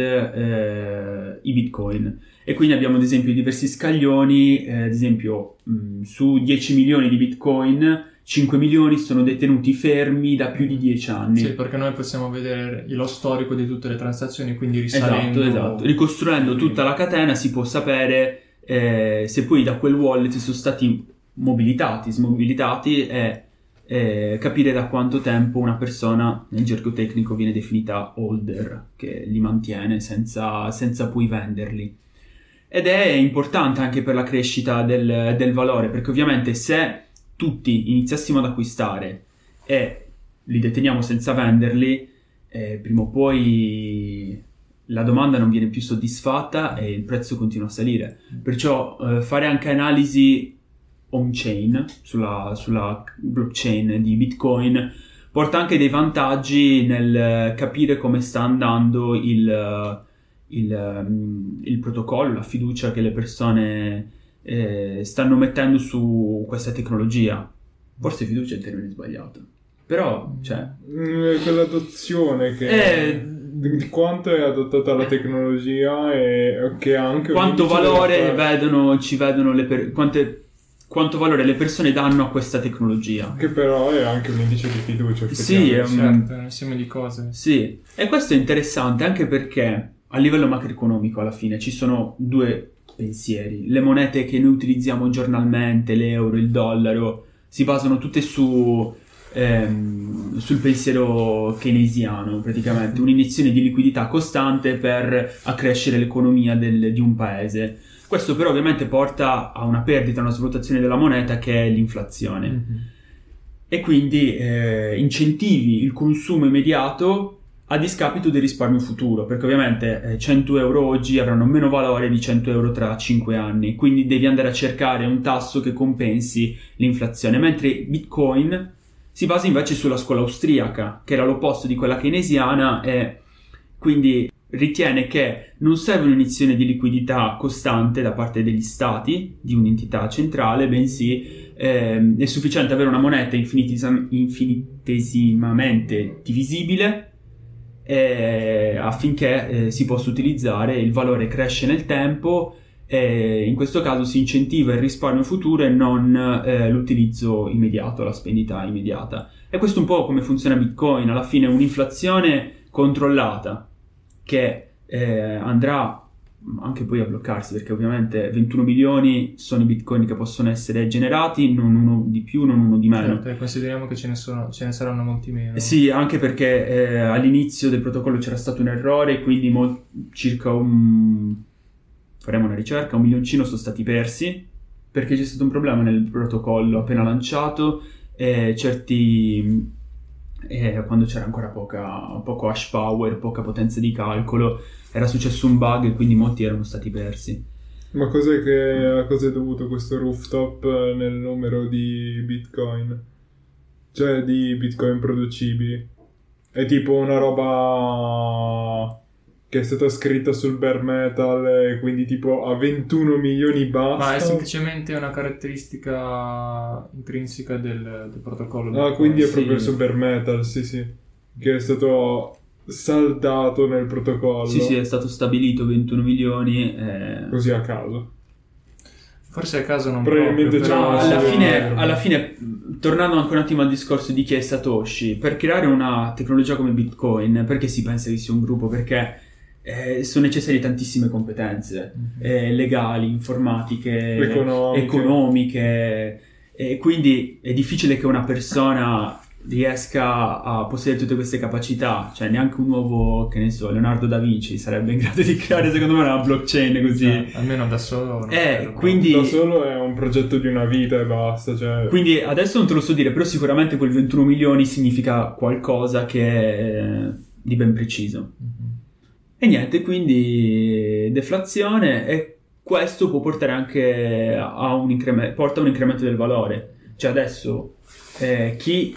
eh, i bitcoin. E quindi abbiamo ad esempio diversi scaglioni, eh, ad esempio mh, su dieci milioni di bitcoin cinque milioni sono detenuti fermi da più di dieci anni. Sì, perché noi possiamo vedere lo storico di tutte le transazioni, quindi risalendo... Esatto, esatto. Ricostruendo tutta la catena si può sapere eh, se poi da quel wallet sono stati mobilitati, smobilitati e eh, capire da quanto tempo una persona, nel gergo tecnico viene definita holder, che li mantiene senza, senza poi venderli. Ed è importante anche per la crescita del, del valore, perché ovviamente se tutti iniziassimo ad acquistare e li deteniamo senza venderli, eh, prima o poi la domanda non viene più soddisfatta e il prezzo continua a salire. Perciò eh, fare anche analisi on-chain, sulla, sulla blockchain di Bitcoin, porta anche dei vantaggi nel capire come sta andando il, il, il protocollo, la fiducia che le persone eh, stanno mettendo su questa tecnologia. Forse fiducia è il termine sbagliato, però cioè Mm, quell'adozione che Eh, di, di quanto è adottata la tecnologia e che ha anche un quanto indice valore della- vedono, ci vedono le per- quante, quanto valore le persone danno a questa tecnologia. che però è anche un indice di fiducia, Sì, è effettivamente. un- Certo, un insieme di cose. Sì, e questo è interessante anche perché a livello macroeconomico alla fine ci sono due pensieri. Le monete che noi utilizziamo giornalmente, l'euro, il dollaro, si basano tutte su ehm, sul pensiero keynesiano, praticamente un'iniezione di liquidità costante per accrescere l'economia del- di un paese. Questo però ovviamente porta a una perdita, una svalutazione della moneta che è l'inflazione. Mhm. E quindi eh, incentivi il consumo immediato a discapito del risparmio futuro, perché ovviamente eh, cento euro oggi avranno meno valore di cento euro tra cinque anni, quindi devi andare a cercare un tasso che compensi l'inflazione, mentre Bitcoin si basa invece sulla scuola austriaca, che era l'opposto di quella keynesiana e quindi ritiene che non serve un'iniezione di liquidità costante da parte degli stati, di un'entità centrale, bensì ehm, è sufficiente avere una moneta infinitesam- infinitesimamente divisibile eh, affinché eh, si possa utilizzare, il valore cresce nel tempo e in questo caso si incentiva il risparmio futuro e non eh, l'utilizzo immediato, la spendita immediata. E questo è un po' come funziona Bitcoin, alla fine un'inflazione controllata che eh, andrà anche poi a bloccarsi, perché ovviamente ventuno milioni sono i bitcoin che possono essere generati, non uno di più, non uno di meno. Certo, e consideriamo che ce ne, sono, ce ne saranno molti meno. Eh sì, anche perché eh, all'inizio del protocollo c'era stato un errore, quindi mol- circa un... faremo una ricerca, un milioncino sono stati persi, perché c'è stato un problema nel protocollo appena lanciato e certi e quando c'era ancora poca, poco hash power, poca potenza di calcolo, era successo un bug e quindi molti erano stati persi. Ma cos'è che, a cosa è dovuto questo rooftop nel numero di bitcoin? Cioè di bitcoin producibili? È tipo una roba che è stata scritta sul bare metal e quindi tipo a ventuno milioni basta? Ma è semplicemente una caratteristica intrinseca del, del protocollo. Ah, Bitcoin. quindi è sì. proprio su bare metal, sì sì. Che è stato saldato nel protocollo. Sì, sì, è stato stabilito ventuno milioni. Eh... Così a caso. Forse a caso non Probabilmente proprio, c'è però- Ma una alla serie fine, di- alla fine, tornando anche un attimo al discorso di chi è Satoshi, per creare una tecnologia come Bitcoin, perché si pensa che sia un gruppo? Perché eh, sono necessarie tantissime competenze eh, legali, informatiche, Economiche. economiche, e quindi è difficile che una persona riesca a possedere tutte queste capacità, cioè neanche un nuovo, che ne so, Leonardo da Vinci sarebbe in grado di creare secondo me una blockchain così. Eh, almeno da solo non Eh, credo, quindi- Da solo è un progetto di una vita e basta, cioè... Quindi adesso non te lo so dire, però sicuramente quel ventuno milioni significa qualcosa che è di ben preciso. però- Mhm. E niente, quindi deflazione, e questo può portare anche a un incremento, porta a un incremento del valore. Cioè adesso eh, chi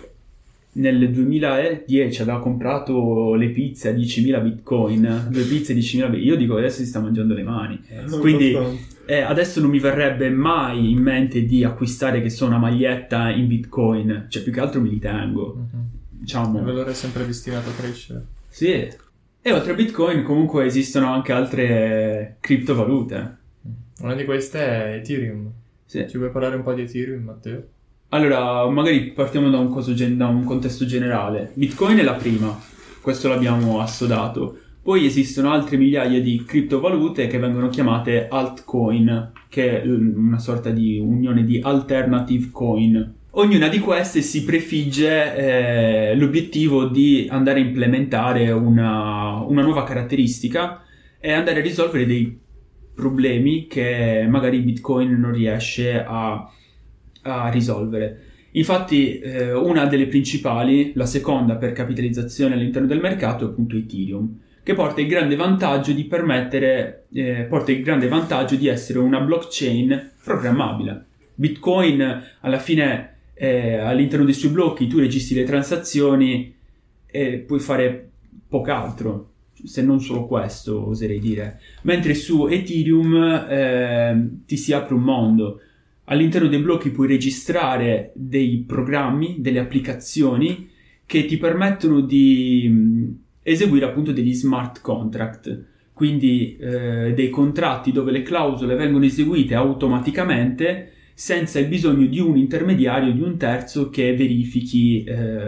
nel duemiladieci aveva comprato le pizze a diecimila bitcoin, due pizze a diecimila bitcoin, io dico adesso si sta mangiando le mani. non Quindi abbastanza. eh, adesso non mi verrebbe mai in mente di acquistare, che so, una maglietta in bitcoin, cioè più che altro me li tengo, Mhm. diciamo. Il valore è sempre destinato a crescere. Sì. E oltre a bitcoin comunque esistono anche altre criptovalute. Una di queste è Ethereum. Sì. Ci vuoi parlare un po' di Ethereum, Matteo? Allora, magari partiamo da un, coso gen- da un contesto generale. Bitcoin è la prima, questo l'abbiamo assodato. Poi esistono altre migliaia di criptovalute che vengono chiamate altcoin, che è una sorta di unione di alternative coin. Ognuna di queste si prefigge eh, l'obiettivo di andare a implementare una, una nuova caratteristica e andare a risolvere dei problemi che magari Bitcoin non riesce a, a risolvere. Infatti eh, una delle principali, la seconda per capitalizzazione all'interno del mercato, è appunto Ethereum, che porta il grande vantaggio di permettere, eh, porta il grande vantaggio di essere una blockchain programmabile. Bitcoin alla fine eh, all'interno dei suoi blocchi tu registri le transazioni e puoi fare poco altro, se non solo questo, oserei dire. Mentre su Ethereum eh, ti si apre un mondo. All'interno dei blocchi puoi registrare dei programmi, delle applicazioni che ti permettono di mh, eseguire appunto degli smart contract, quindi eh, dei contratti dove le clausole vengono eseguite automaticamente senza il bisogno di un intermediario, di un terzo che verifichi...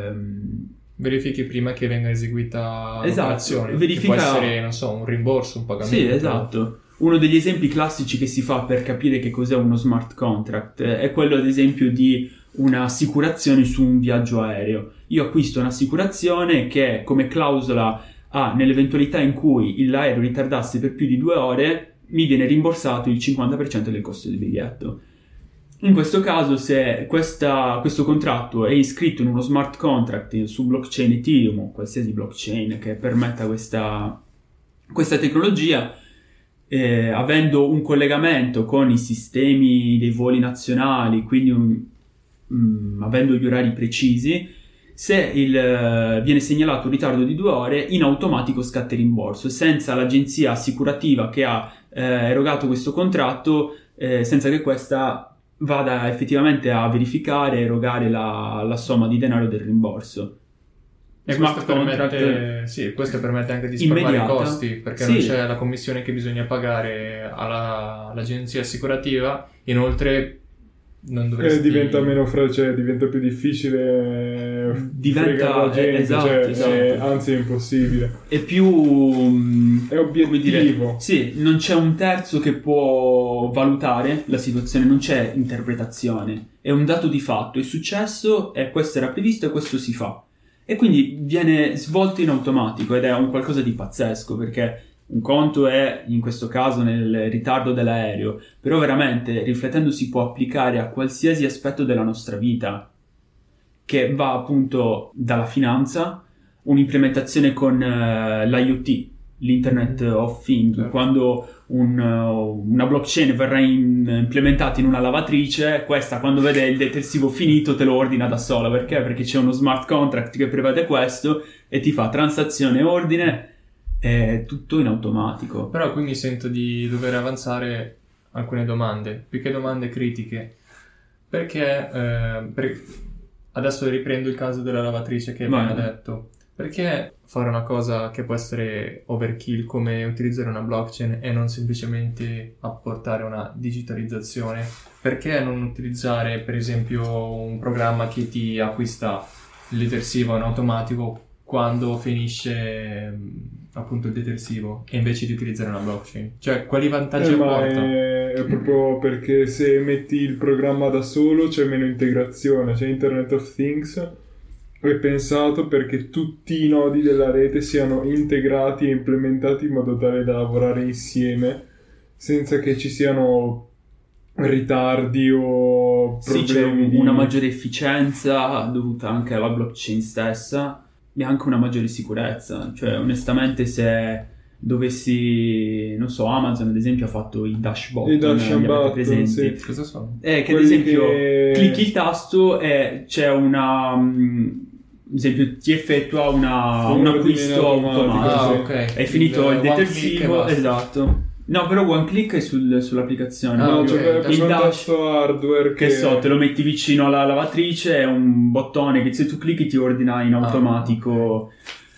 ehm, Verifichi prima che venga eseguita Esatto, l'operazione. Che verifica- può essere, non so, un rimborso, un pagamento. Sì, esatto. Uno degli esempi classici che si fa per capire che cos'è uno smart contract eh, è quello, ad esempio, di un'assicurazione su un viaggio aereo. Io acquisto un'assicurazione che come clausola ha, nell'eventualità in cui l'aereo ritardasse per più di due ore, mi viene rimborsato il cinquanta per cento del costo del biglietto. In questo caso, se questa, questo contratto è iscritto in uno smart contract su blockchain Ethereum o qualsiasi blockchain che permetta questa, questa tecnologia, eh, avendo un collegamento con i sistemi dei voli nazionali, quindi un, mh, avendo gli orari precisi, se il, eh, viene segnalato un ritardo di due ore, in automatico scatta il rimborso, senza l'agenzia assicurativa che ha eh, erogato questo contratto, eh, senza che questa vada effettivamente a verificare e erogare la, la somma di denaro del rimborso. E Smart questo permette, contract sì, questo permette anche di risparmiare i immediata. costi, perché Sì. non c'è la commissione che bisogna pagare alla- all'agenzia assicurativa. Inoltre non dovresti... Eh, diventa meno fra, cioè diventa più difficile Diventa- fregare la gente, eh, esatto, cioè, esatto. è- anzi è impossibile. è più mh, È come dire, obiettivo. sì, non c'è un terzo che può valutare la situazione, non c'è interpretazione, è un dato di fatto, è successo e questo era previsto e questo si fa, e quindi viene svolto in automatico ed è un qualcosa di pazzesco, perché un conto è in questo caso nel ritardo dell'aereo, però veramente riflettendo si può applicare a qualsiasi aspetto della nostra vita. che va appunto dalla finanza, un'implementazione con uh, l'I O T, l'Internet of Things, certo. Quando un, uh, una blockchain verrà in, implementata in una lavatrice, questa quando vede il detersivo finito te lo ordina da sola. Perché? Perché c'è uno smart contract che prevede questo e ti fa transazione, ordine, è tutto in automatico. Però quindi sento di dover avanzare alcune domande, più che domande critiche, perché eh, per... adesso riprendo il caso della lavatrice che abbiamo detto. Perché fare una cosa che può essere overkill come utilizzare una blockchain e non semplicemente apportare una digitalizzazione? Perché non utilizzare per esempio un programma che ti acquista il detersivo in automatico quando finisce appunto il detersivo e invece di utilizzare una blockchain? Cioè, quali vantaggi eh, apporta? È, è proprio perché se metti il programma da solo c'è meno integrazione, c'è Internet of Things. È pensato perché tutti i nodi della rete siano integrati e implementati in modo tale da lavorare insieme senza che ci siano ritardi o problemi. Sì, c'è di... una maggiore efficienza dovuta anche alla blockchain stessa e anche una maggiore sicurezza. Cioè, onestamente, se dovessi, non so, Amazon ad esempio ha fatto i dash button, I dash li avete presenti? Sì. Cosa sono? Eh, che Quelli ad esempio che... clicchi il tasto e c'è una... Um, ad esempio ti effettua una, un, un acquisto automatico. Ah, ok. Hai finito il, il detersivo, esatto. No, però one click è sul, sull'applicazione. Ah, proprio. cioè, Il il dash, tasto hardware che che so, te lo metti vicino alla lavatrice, è un bottone che se tu clicchi ti ordina in automatico. Ah, okay.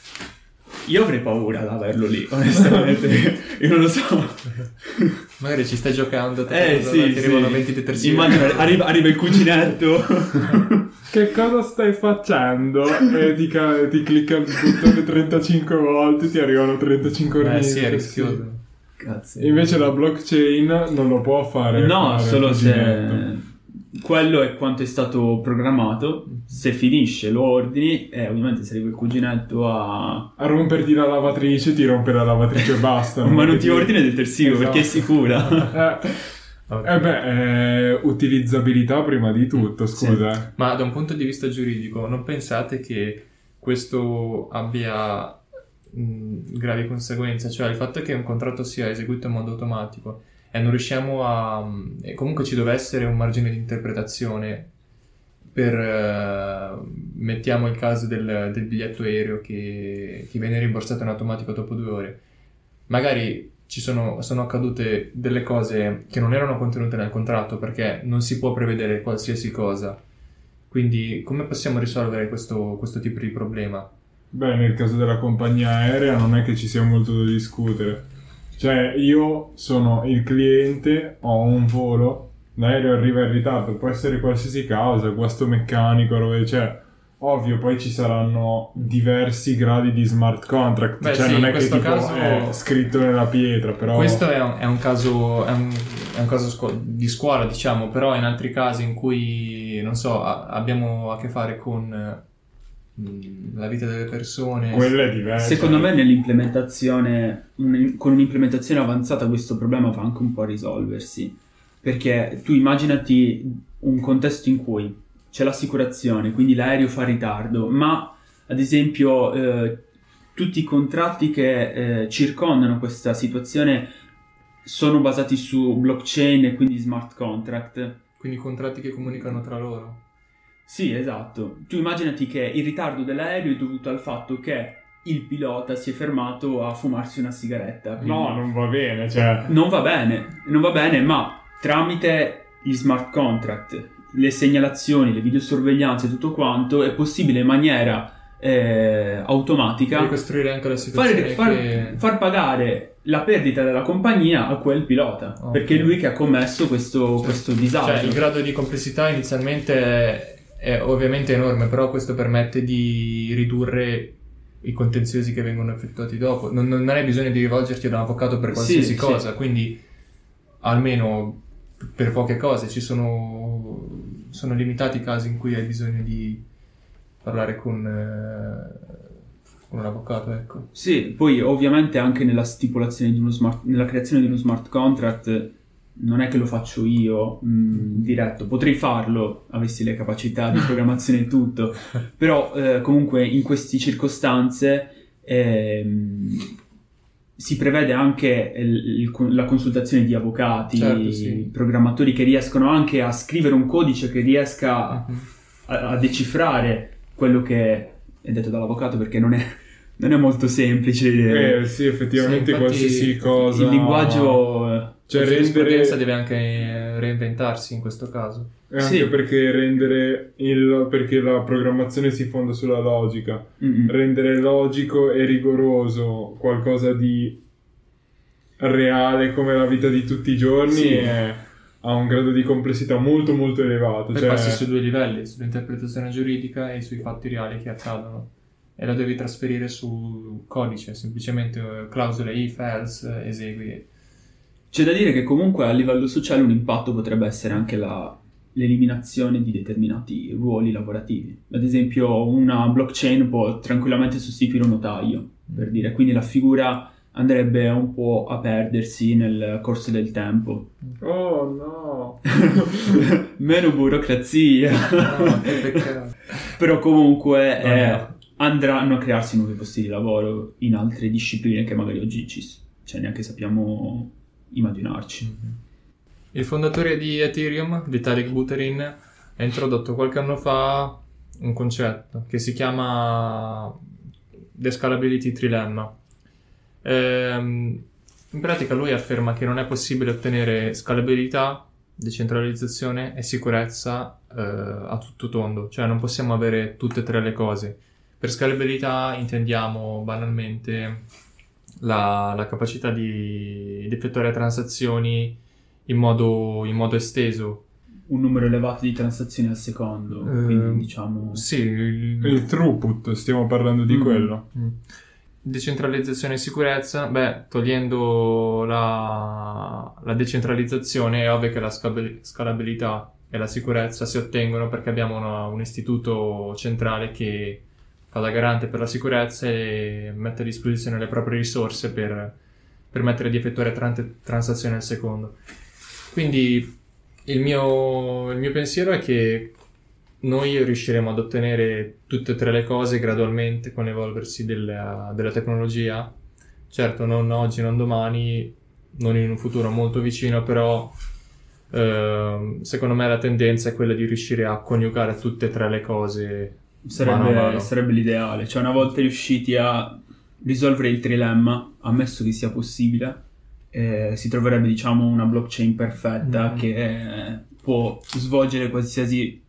Io avrei paura ad averlo lì, onestamente. Io non lo so. Magari ci stai giocando, te Eh sì, ti sì. arrivano venti detersivi. Immagina, arriva, arriva il cuginetto. che cosa stai facendo? E ti, ca- ti clicca il bottone trentacinque volte, ti arrivano trentacinque ordini. Eh sì, è rischioso. Cazzo. Invece la blockchain non lo può fare. No, fare solo se cuginetto. quello è quanto è stato programmato. Se finisce lo ordini e ovviamente se arriva il cuginetto a... A romperti la lavatrice, ti rompe la lavatrice e basta. Ma non ti ti ordina il detersivo, esatto. perché è sicura. Eh. Okay. Eh beh, eh, utilizzabilità prima di tutto, scusa. Sì. Ma da un punto di vista giuridico, non pensate che questo abbia mh, gravi conseguenze? Cioè il fatto che un contratto sia eseguito in modo automatico e non riusciamo a... e comunque ci deve essere un margine di interpretazione per... Uh, mettiamo il caso del, del biglietto aereo che, che viene rimborsato in automatico dopo due ore. Magari... ci sono, sono accadute delle cose che non erano contenute nel contratto perché non si può prevedere qualsiasi cosa. Quindi come possiamo risolvere questo, questo tipo di problema? Beh, nel caso della compagnia aerea non è che ci sia molto da discutere. Cioè, io sono il cliente, ho un volo, l'aereo arriva in ritardo, può essere qualsiasi causa, guasto meccanico, roba, cioè... Ovvio, poi ci saranno diversi gradi di smart contract. Beh, cioè sì, non è in che tipo caso... è scritto nella pietra, però... Questo è un, è un caso, è un, è un caso scu- di scuola, diciamo, però in altri casi in cui, non so, a- abbiamo a che fare con mh, la vita delle persone... Quella è diversa. Secondo me nell'implementazione, un- con un'implementazione avanzata questo problema va anche un po' a risolversi. Perché tu immaginati un contesto in cui c'è l'assicurazione, quindi l'aereo fa ritardo, ma ad esempio eh, tutti i contratti che eh, circondano questa situazione sono basati su blockchain e quindi smart contract. Quindi contratti che comunicano tra loro. Sì, esatto. Tu immaginati che il ritardo dell'aereo è dovuto al fatto che il pilota si è fermato a fumarsi una sigaretta. Quindi... No, non va bene, cioè... Non va bene, non va bene, ma tramite gli smart contract, le segnalazioni, le videosorveglianze e tutto quanto, è possibile in maniera eh, automatica ricostruire anche la situazione far, che... far, far pagare la perdita della compagnia a quel pilota, okay. Perché è lui che ha commesso questo, cioè, questo disagio. Cioè il grado di complessità inizialmente è, è ovviamente enorme, però questo permette di ridurre i contenziosi che vengono effettuati dopo. Non, non hai bisogno di rivolgerti ad un avvocato per qualsiasi sì, cosa, sì. Quindi almeno per poche cose ci sono, sono limitati i casi in cui hai bisogno di parlare con, eh, con un avvocato, ecco. Sì, poi ovviamente anche nella stipulazione di uno smart, nella creazione di uno smart contract non è che lo faccio io mh, diretto, potrei farlo, avessi le capacità di programmazione e tutto, però eh, comunque in queste circostanze ehm, si prevede anche il, il, la consultazione di avvocati, certo, sì. programmatori che riescono anche a scrivere un codice che riesca Mhm. a, a decifrare quello che è detto dall'avvocato, perché non è, non è molto semplice. Eh sì, effettivamente Sì, infatti, qualsiasi cosa... Il linguaggio... Cioè La rendere... giurisprudenza deve anche reinventarsi in questo caso. E anche Sì. perché rendere il... perché la programmazione si fonda sulla logica. Mm-mm. Rendere logico e rigoroso qualcosa di reale come la vita di tutti i giorni Sì. è... ha un grado di complessità molto molto elevato. Poi Cioè... passi su due livelli, sull'interpretazione giuridica e sui fatti reali che accadono. E la devi trasferire su codice, semplicemente eh, clausole if, else, esegui. C'è da dire che comunque a livello sociale un impatto potrebbe essere anche la, l'eliminazione di determinati ruoli lavorativi. Ad esempio una blockchain può tranquillamente sostituire un notaio, per dire, quindi la figura andrebbe un po' a perdersi nel corso del tempo. Oh no! Meno burocrazia. No, che peccato. Però comunque No, eh, no. andranno a crearsi nuovi posti di lavoro in altre discipline che magari oggi ci, cioè neanche sappiamo immaginarci. Il fondatore di Ethereum, Vitalik Buterin, ha introdotto qualche anno fa un concetto che si chiama The Scalability Trilemma. Ehm, in pratica lui afferma che non è possibile ottenere scalabilità, decentralizzazione e sicurezza eh, a tutto tondo, cioè non possiamo avere tutte e tre le cose. Per scalabilità intendiamo banalmente la, la capacità di, di effettuare transazioni in modo, in modo esteso. Un numero elevato di transazioni al secondo, Ehm, quindi diciamo... Sì, il- Il throughput, stiamo parlando di Mm. quello. Mm. Decentralizzazione e sicurezza, beh, togliendo la, la decentralizzazione è ovvio che la scabi- scalabilità e la sicurezza si ottengono perché abbiamo una- un istituto centrale che fa da garante per la sicurezza e mette a disposizione le proprie risorse per permettere di effettuare tante transazioni al secondo. Quindi il mio, il mio pensiero è che noi riusciremo ad ottenere tutte e tre le cose gradualmente con l'evolversi della, della tecnologia. Certo, non oggi, non domani, non in un futuro molto vicino, però ehm, secondo me la tendenza è quella di riuscire a coniugare tutte e tre le cose mano a Sarebbe, mano. sarebbe l'ideale, cioè una volta riusciti a risolvere il trilemma, ammesso che sia possibile, eh, si troverebbe diciamo una blockchain perfetta Mhm. che eh, può svolgere qualsiasi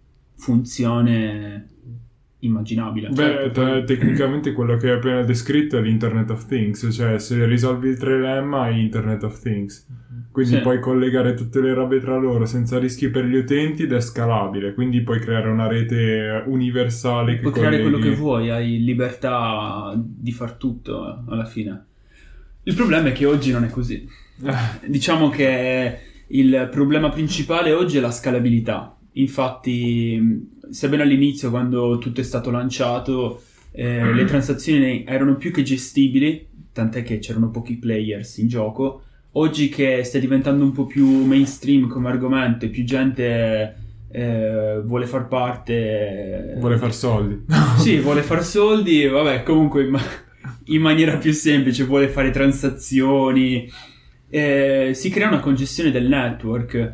funzione immaginabile. Beh, Certo, te- poi- tecnicamente quello che hai appena descritto è l'Internet of Things, cioè se risolvi il trilemma hai Internet of Things. Quindi Sì. puoi collegare tutte le robe tra loro senza rischi per gli utenti ed è scalabile, quindi puoi creare una rete universale che Puoi creare colleghi... quello che vuoi, hai libertà di far tutto eh, alla fine. Il problema è che oggi non è così. Diciamo che il problema principale oggi è la scalabilità. Infatti, sebbene all'inizio, quando tutto è stato lanciato, eh, le transazioni erano più che gestibili, tant'è che c'erano pochi players in gioco. Oggi che sta diventando un po' più mainstream come argomento e più gente eh, vuole far parte... Vuole far soldi. Sì, vuole far soldi, vabbè, comunque in, ma- in maniera più semplice, vuole fare transazioni, eh, si crea una congestione del network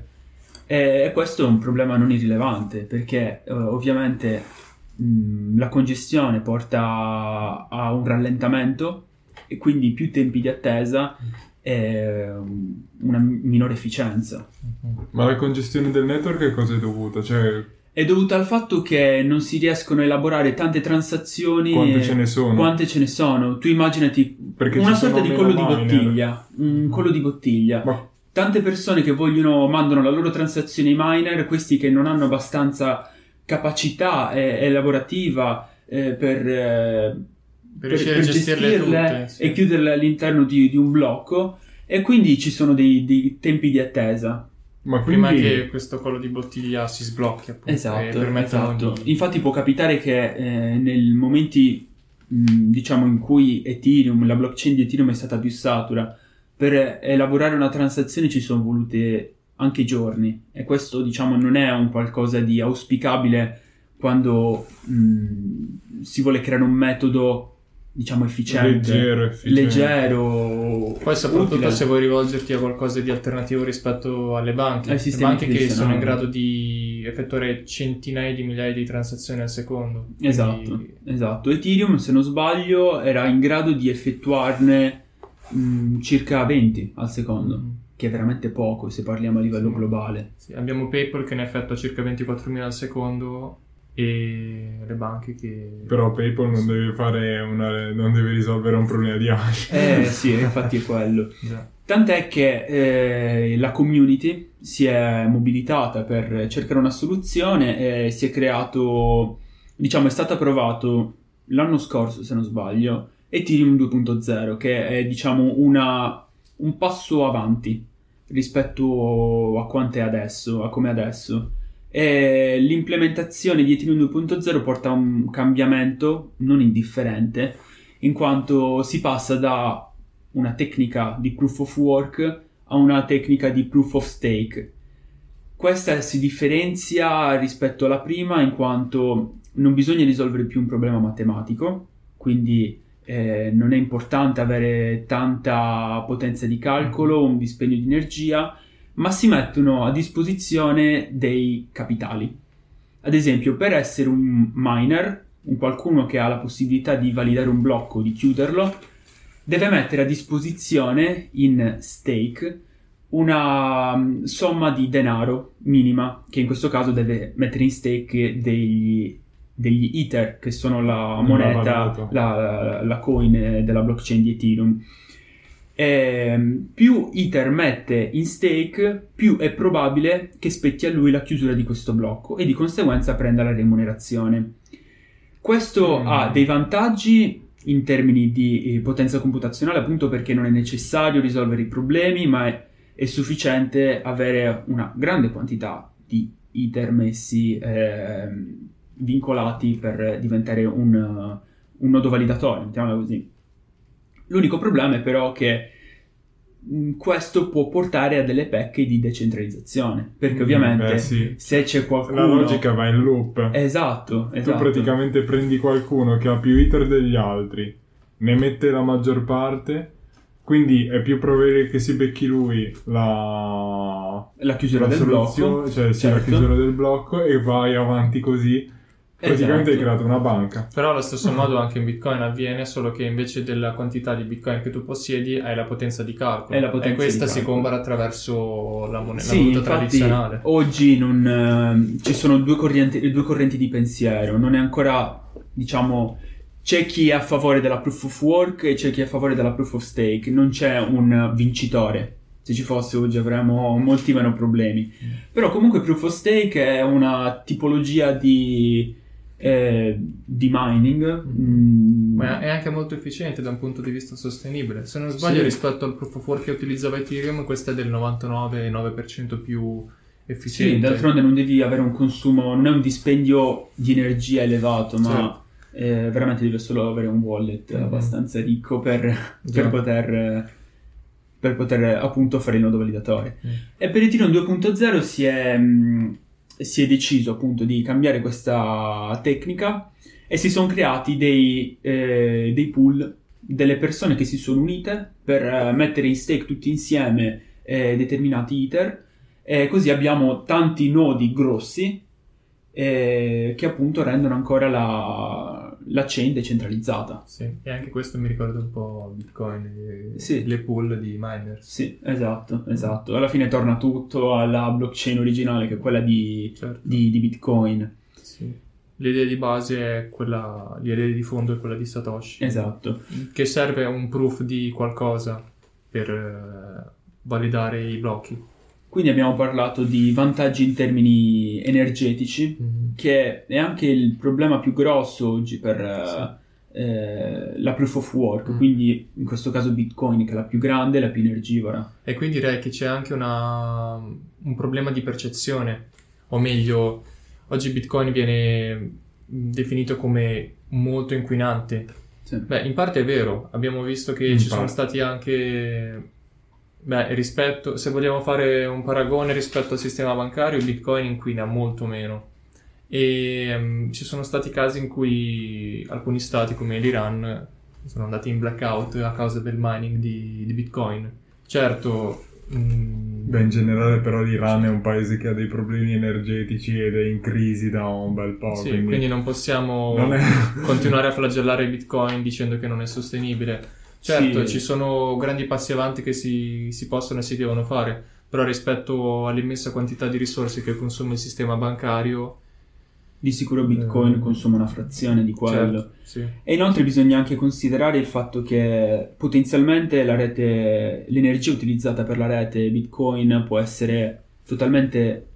e questo è un problema non irrilevante perché eh, ovviamente mh, la congestione porta a, a un rallentamento e quindi più tempi di attesa e una minore efficienza. Ma la congestione del network a cosa è dovuta? Cioè, È dovuta al fatto che non si riescono a elaborare tante transazioni. quante ce ne sono? Quante ce ne sono? Tu immaginati Perché una ci sono sorta di meno collo di miner. bottiglia. Un collo di bottiglia. Ma Tante persone che vogliono, mandano la loro transazione ai miner, questi che non hanno abbastanza capacità eh, elaborativa eh, per, eh, Per riuscire a gestirle tutte, sì. e chiuderle all'interno di, di un blocco, e quindi ci sono dei, dei tempi di attesa. Ma Prima quindi... che questo collo di bottiglia si sblocchi, appunto, e Esatto, permettano esatto. di... Infatti può capitare che eh, nel momenti mh, diciamo in cui Ethereum, la blockchain di Ethereum è stata più satura, per elaborare una transazione ci sono volute anche giorni, e questo diciamo non è un qualcosa di auspicabile quando mh, si vuole creare un metodo diciamo efficiente, leggero, efficiente. leggero, Poi soprattutto utile. se vuoi rivolgerti a qualcosa di alternativo rispetto alle banche, Ai le sistemi banche che sono in tradizionali. grado di effettuare centinaia di migliaia di transazioni al secondo. Quindi- Esatto, esatto. Ethereum, se non sbaglio, era in grado di effettuarne mh, circa venti al secondo, Mm. che è veramente poco se parliamo a livello Sì. globale. Sì, abbiamo PayPal che ne effettua circa ventiquattromila al secondo e le banche che... Però PayPal non deve fare una, non deve risolvere un problema di hash. Eh sì, infatti è quello. Già. Tant'è che eh, la community si è mobilitata per cercare una soluzione e si è creato, diciamo, è stato approvato l'anno scorso, se non sbaglio, Ethereum due punto zero, che è, diciamo, una, un passo avanti rispetto a quanto è adesso, a come è adesso. E l'implementazione di Ethereum due punto zero porta a un cambiamento non indifferente, in quanto si passa da una tecnica di proof of work a una tecnica di proof of stake. Questa si differenzia rispetto alla prima in quanto non bisogna risolvere più un problema matematico, quindi eh, non è importante avere tanta potenza di calcolo, un dispendio di energia, ma si mettono a disposizione dei capitali. Ad esempio, per essere un miner, un qualcuno che ha la possibilità di validare un blocco, di chiuderlo, deve mettere a disposizione in stake una um, somma di denaro minima, che in questo caso deve mettere in stake degli, degli Ether, che sono la moneta, la, la coin della blockchain di Ethereum. E più Ether mette in stake, più è probabile che spetti a lui la chiusura di questo blocco e di conseguenza prenda la remunerazione. Questo Mm. ha dei vantaggi in termini di eh, potenza computazionale, appunto perché non è necessario risolvere i problemi, ma è, è sufficiente avere una grande quantità di Ether messi eh, vincolati per diventare un, uh, un nodo validatore, mettiamola così. L'unico problema è però che mh, questo può portare a delle pecche di decentralizzazione, perché Mm, ovviamente beh, sì. se c'è qualcuno... La logica va in loop. Esatto, Tu esatto. praticamente prendi qualcuno che ha più Ether degli altri, ne mette la maggior parte, quindi è più probabile che si becchi lui la, La chiusura la del soluzione, blocco. cioè sì, la certo. chiusura del blocco, e vai avanti così. Praticamente hai Esatto. creato una banca. Però allo stesso modo anche in Bitcoin avviene, solo che invece della quantità di Bitcoin che tu possiedi hai la potenza di calcolo. Hai la potenza e questa di si calcolo. compra attraverso la, mon- Sì, la valuta infatti tradizionale. oggi non, eh, ci sono due correnti, due correnti di pensiero, non è ancora, diciamo, c'è chi è a favore della proof of work e c'è chi è a favore della proof of stake, non c'è un vincitore. Se ci fosse oggi avremmo molti meno problemi. Mm. Però comunque proof of stake è una tipologia di, eh, di mining. Mm. Ma è anche molto efficiente da un punto di vista sostenibile. Se non sbaglio, Sì. rispetto al proof of work che utilizzava Ethereum, questa è del novantanove virgola nove per cento più Sì, efficiente. d'altronde non devi avere un consumo, non è un dispendio di energia elevato, ma Certo. eh, veramente devi solo avere un wallet Mhm. abbastanza ricco per, Già. per poter per poter appunto fare il nodo validatore. Mm. E per Ethereum due punto zero si è, mh, si è deciso appunto di cambiare questa tecnica e si sono creati dei, eh, dei pool, delle persone che si sono unite per eh, mettere in stake tutti insieme eh, determinati Ether, e così abbiamo tanti nodi grossi eh, che appunto rendono ancora la, la chain decentralizzata. Sì, e anche questo mi ricorda un po' Bitcoin, e Sì. le pool di miners. Sì, esatto, esatto. Alla fine torna tutto alla blockchain originale, che è quella di, Certo. di, di Bitcoin. Sì. L'idea di base è quella, l'idea di fondo è quella di Satoshi. Esatto. Che serve un proof di qualcosa per eh, validare i blocchi. Quindi abbiamo parlato di vantaggi in termini energetici, che è anche il problema più grosso oggi per eh, eh, la proof of work, Mm. quindi in questo caso Bitcoin, che è la più grande e la più energivora. E quindi direi che c'è anche una, un problema di percezione, o meglio, oggi Bitcoin viene definito come molto inquinante. Sì. Beh, in parte è vero, abbiamo visto che In ci sono parte. stati anche Beh, rispetto, se vogliamo fare un paragone rispetto al sistema bancario, il Bitcoin inquina molto meno. E um, ci sono stati casi in cui alcuni stati, come l'Iran, sono andati in blackout a causa del mining di, di Bitcoin. Certo... Mm, Beh, in generale però l'Iran è un paese che ha dei problemi energetici ed è in crisi da un bel po'. sì, quindi... quindi non possiamo non è... continuare a flagellare il Bitcoin dicendo che non è sostenibile. Certo, Sì. ci sono grandi passi avanti che si, si possono e si devono fare, però rispetto all'immensa quantità di risorse che consuma il sistema bancario... Di sicuro Bitcoin Eh, consuma una frazione di quello. Certo, sì. E inoltre bisogna anche considerare il fatto che potenzialmente la rete, l'energia utilizzata per la rete Bitcoin può essere totalmente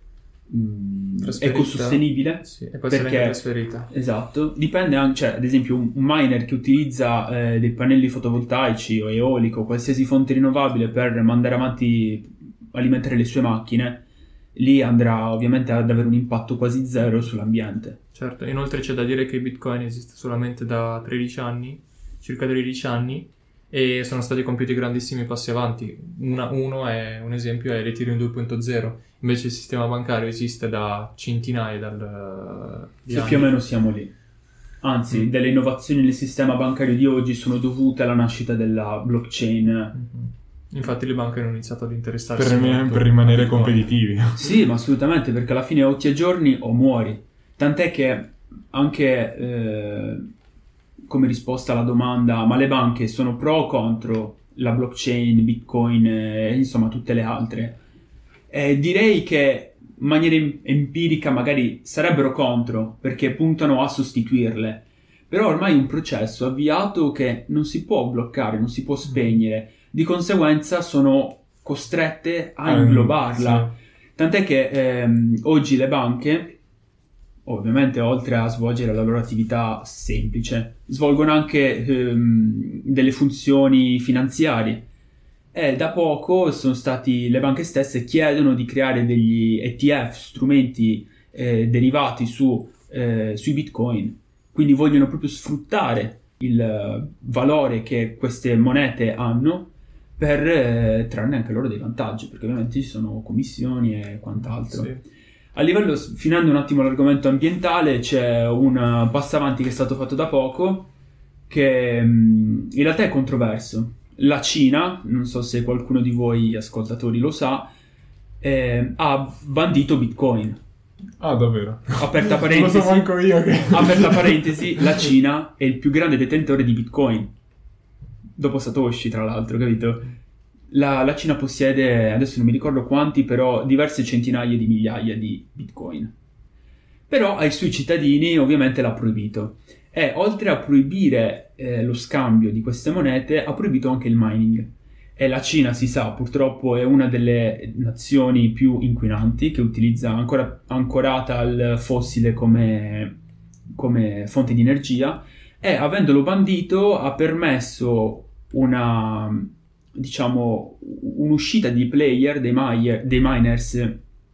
mh, Trasferita. ecosostenibile. Sì, e può essere Perché- anche trasferita. Esatto, dipende anche, cioè, ad esempio un un miner che utilizza eh, dei pannelli fotovoltaici o eolico, qualsiasi fonte rinnovabile per mandare avanti, alimentare le sue macchine, lì andrà ovviamente ad avere un impatto quasi zero sull'ambiente. Certo, inoltre c'è da dire che il Bitcoin esiste solamente da tredici anni, circa tredici anni, e sono stati compiuti grandissimi passi avanti. Una- uno è un esempio è l'Ethereum due punto zero, invece il sistema bancario esiste da centinaia dal, di Se anni. più o meno siamo lì. Anzi, Mm. delle innovazioni nel sistema bancario di oggi sono dovute alla nascita della blockchain. Mhm. Infatti le banche hanno iniziato ad interessarsi per, molto per rimanere al Bitcoin. competitivi. Sì, ma assolutamente, perché alla fine o ti aggiorni o muori. Tant'è che anche eh, come risposta alla domanda, ma le banche sono pro o contro la blockchain, Bitcoin e insomma tutte le altre? Eh, direi che in maniera em- empirica magari sarebbero contro, perché puntano a sostituirle. Però ormai è un processo avviato che non si può bloccare, non si può spegnere. Di conseguenza sono costrette a Ehm, inglobarla. Tant'è che ehm, oggi le banche, ovviamente oltre a svolgere la loro attività semplice, svolgono anche ehm, delle funzioni finanziarie. E da poco sono stati, le banche stesse chiedono di creare degli E T F, strumenti eh, derivati su, eh, sui Bitcoin. Quindi vogliono proprio sfruttare il eh, valore che queste monete hanno per eh, trarne anche loro dei vantaggi, perché ovviamente ci sono commissioni e quant'altro. Sì. A livello, finendo un attimo l'argomento ambientale, c'è un passo avanti che è stato fatto da poco, che mh, in realtà è controverso. La Cina, non so se qualcuno di voi ascoltatori lo sa, eh, ha bandito Bitcoin. Ah, davvero? Aperta Non lo parentesi. so manco io che... Aperta parentesi, la Cina è il più grande detentore di Bitcoin. Dopo Satoshi, tra l'altro, capito? La, la Cina possiede, adesso non mi ricordo quanti, però diverse centinaia di migliaia di Bitcoin. Però ai suoi cittadini ovviamente l'ha proibito. E oltre a proibire eh, lo scambio di queste monete, ha proibito anche il mining. E la Cina, si sa, purtroppo è una delle nazioni più inquinanti, che utilizza ancora ancorata al fossile come, come fonte di energia, e avendolo bandito ha permesso una, diciamo, un'uscita di player, dei, miner, dei miners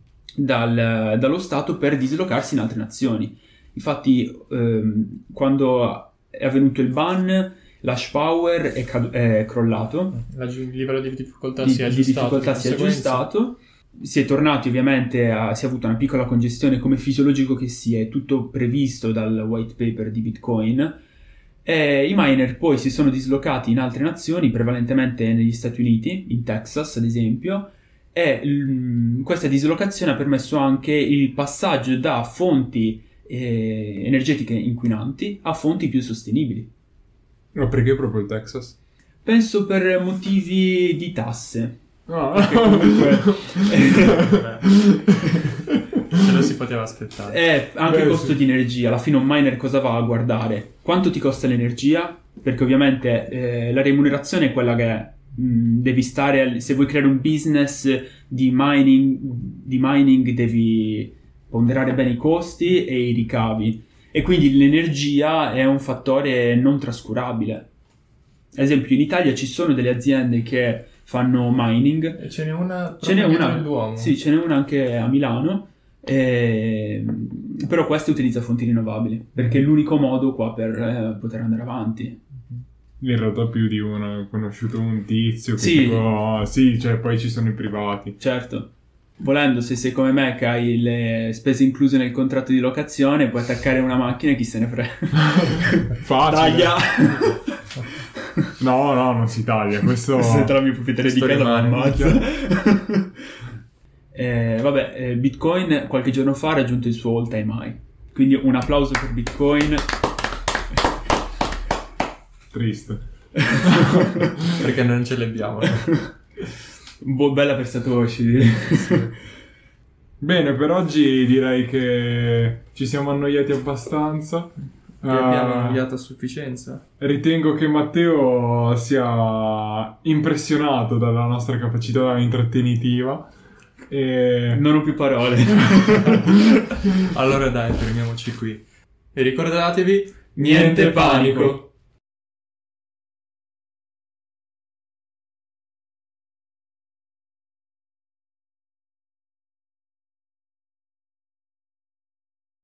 dal, dallo Stato per dislocarsi in altre nazioni. Infatti ehm, quando è avvenuto il ban, l'hash power è, cad- è crollato, La gi- il livello di difficoltà di, si è di aggiustato. difficoltà di si è conseguenza. aggiustato, si è tornati ovviamente, a, si è avuta una piccola congestione come fisiologico che sia, è tutto previsto dal white paper di Bitcoin. E i miner poi si sono dislocati in altre nazioni, prevalentemente negli Stati Uniti, in Texas ad esempio, e l- questa dislocazione ha permesso anche il passaggio da fonti eh, energetiche inquinanti a fonti più sostenibili. Ma perché proprio il Texas? Penso per motivi di tasse. No, Perché comunque Ce lo si poteva aspettare. è anche Beh, costo sì. di energia. Alla fine un miner cosa va a guardare? Quanto ti costa l'energia? Perché ovviamente eh, la remunerazione è quella che è. Mm, devi stare al- se vuoi creare un business di mining, di mining devi ponderare bene i costi e i ricavi, e quindi l'energia è un fattore non trascurabile. Ad esempio in Italia ci sono delle aziende che fanno mining. E ce n'è una Ce n'è proprio dietro una, il Duomo. sì, ce n'è una anche a Milano, ehm, però questa utilizza fonti rinnovabili, perché è l'unico modo qua per eh, poter andare avanti. In realtà più di uno, ho conosciuto un tizio che Sì. tipo, sì, cioè poi ci sono i privati. Certo. Volendo, se sei come me che hai le spese incluse nel contratto di locazione, puoi attaccare una macchina e chi se ne frega. Facile. Taglia! No, no, non si taglia, questo... Se tra l'amico proprietario di Questo casa mi rimane, ammazza. eh, vabbè, eh, Bitcoin qualche giorno fa ha raggiunto il suo all time high. Quindi un applauso per Bitcoin. Triste. Perché non ce li abbiamo. Boh, bella per Satoshi. Bene, per oggi direi che ci siamo annoiati abbastanza. Vi abbiamo Ah, inviato a sufficienza. ritengo che Matteo sia impressionato dalla nostra capacità intrattenitiva. E... Non ho più parole. Allora dai, fermiamoci qui. E ricordatevi, Niente panico.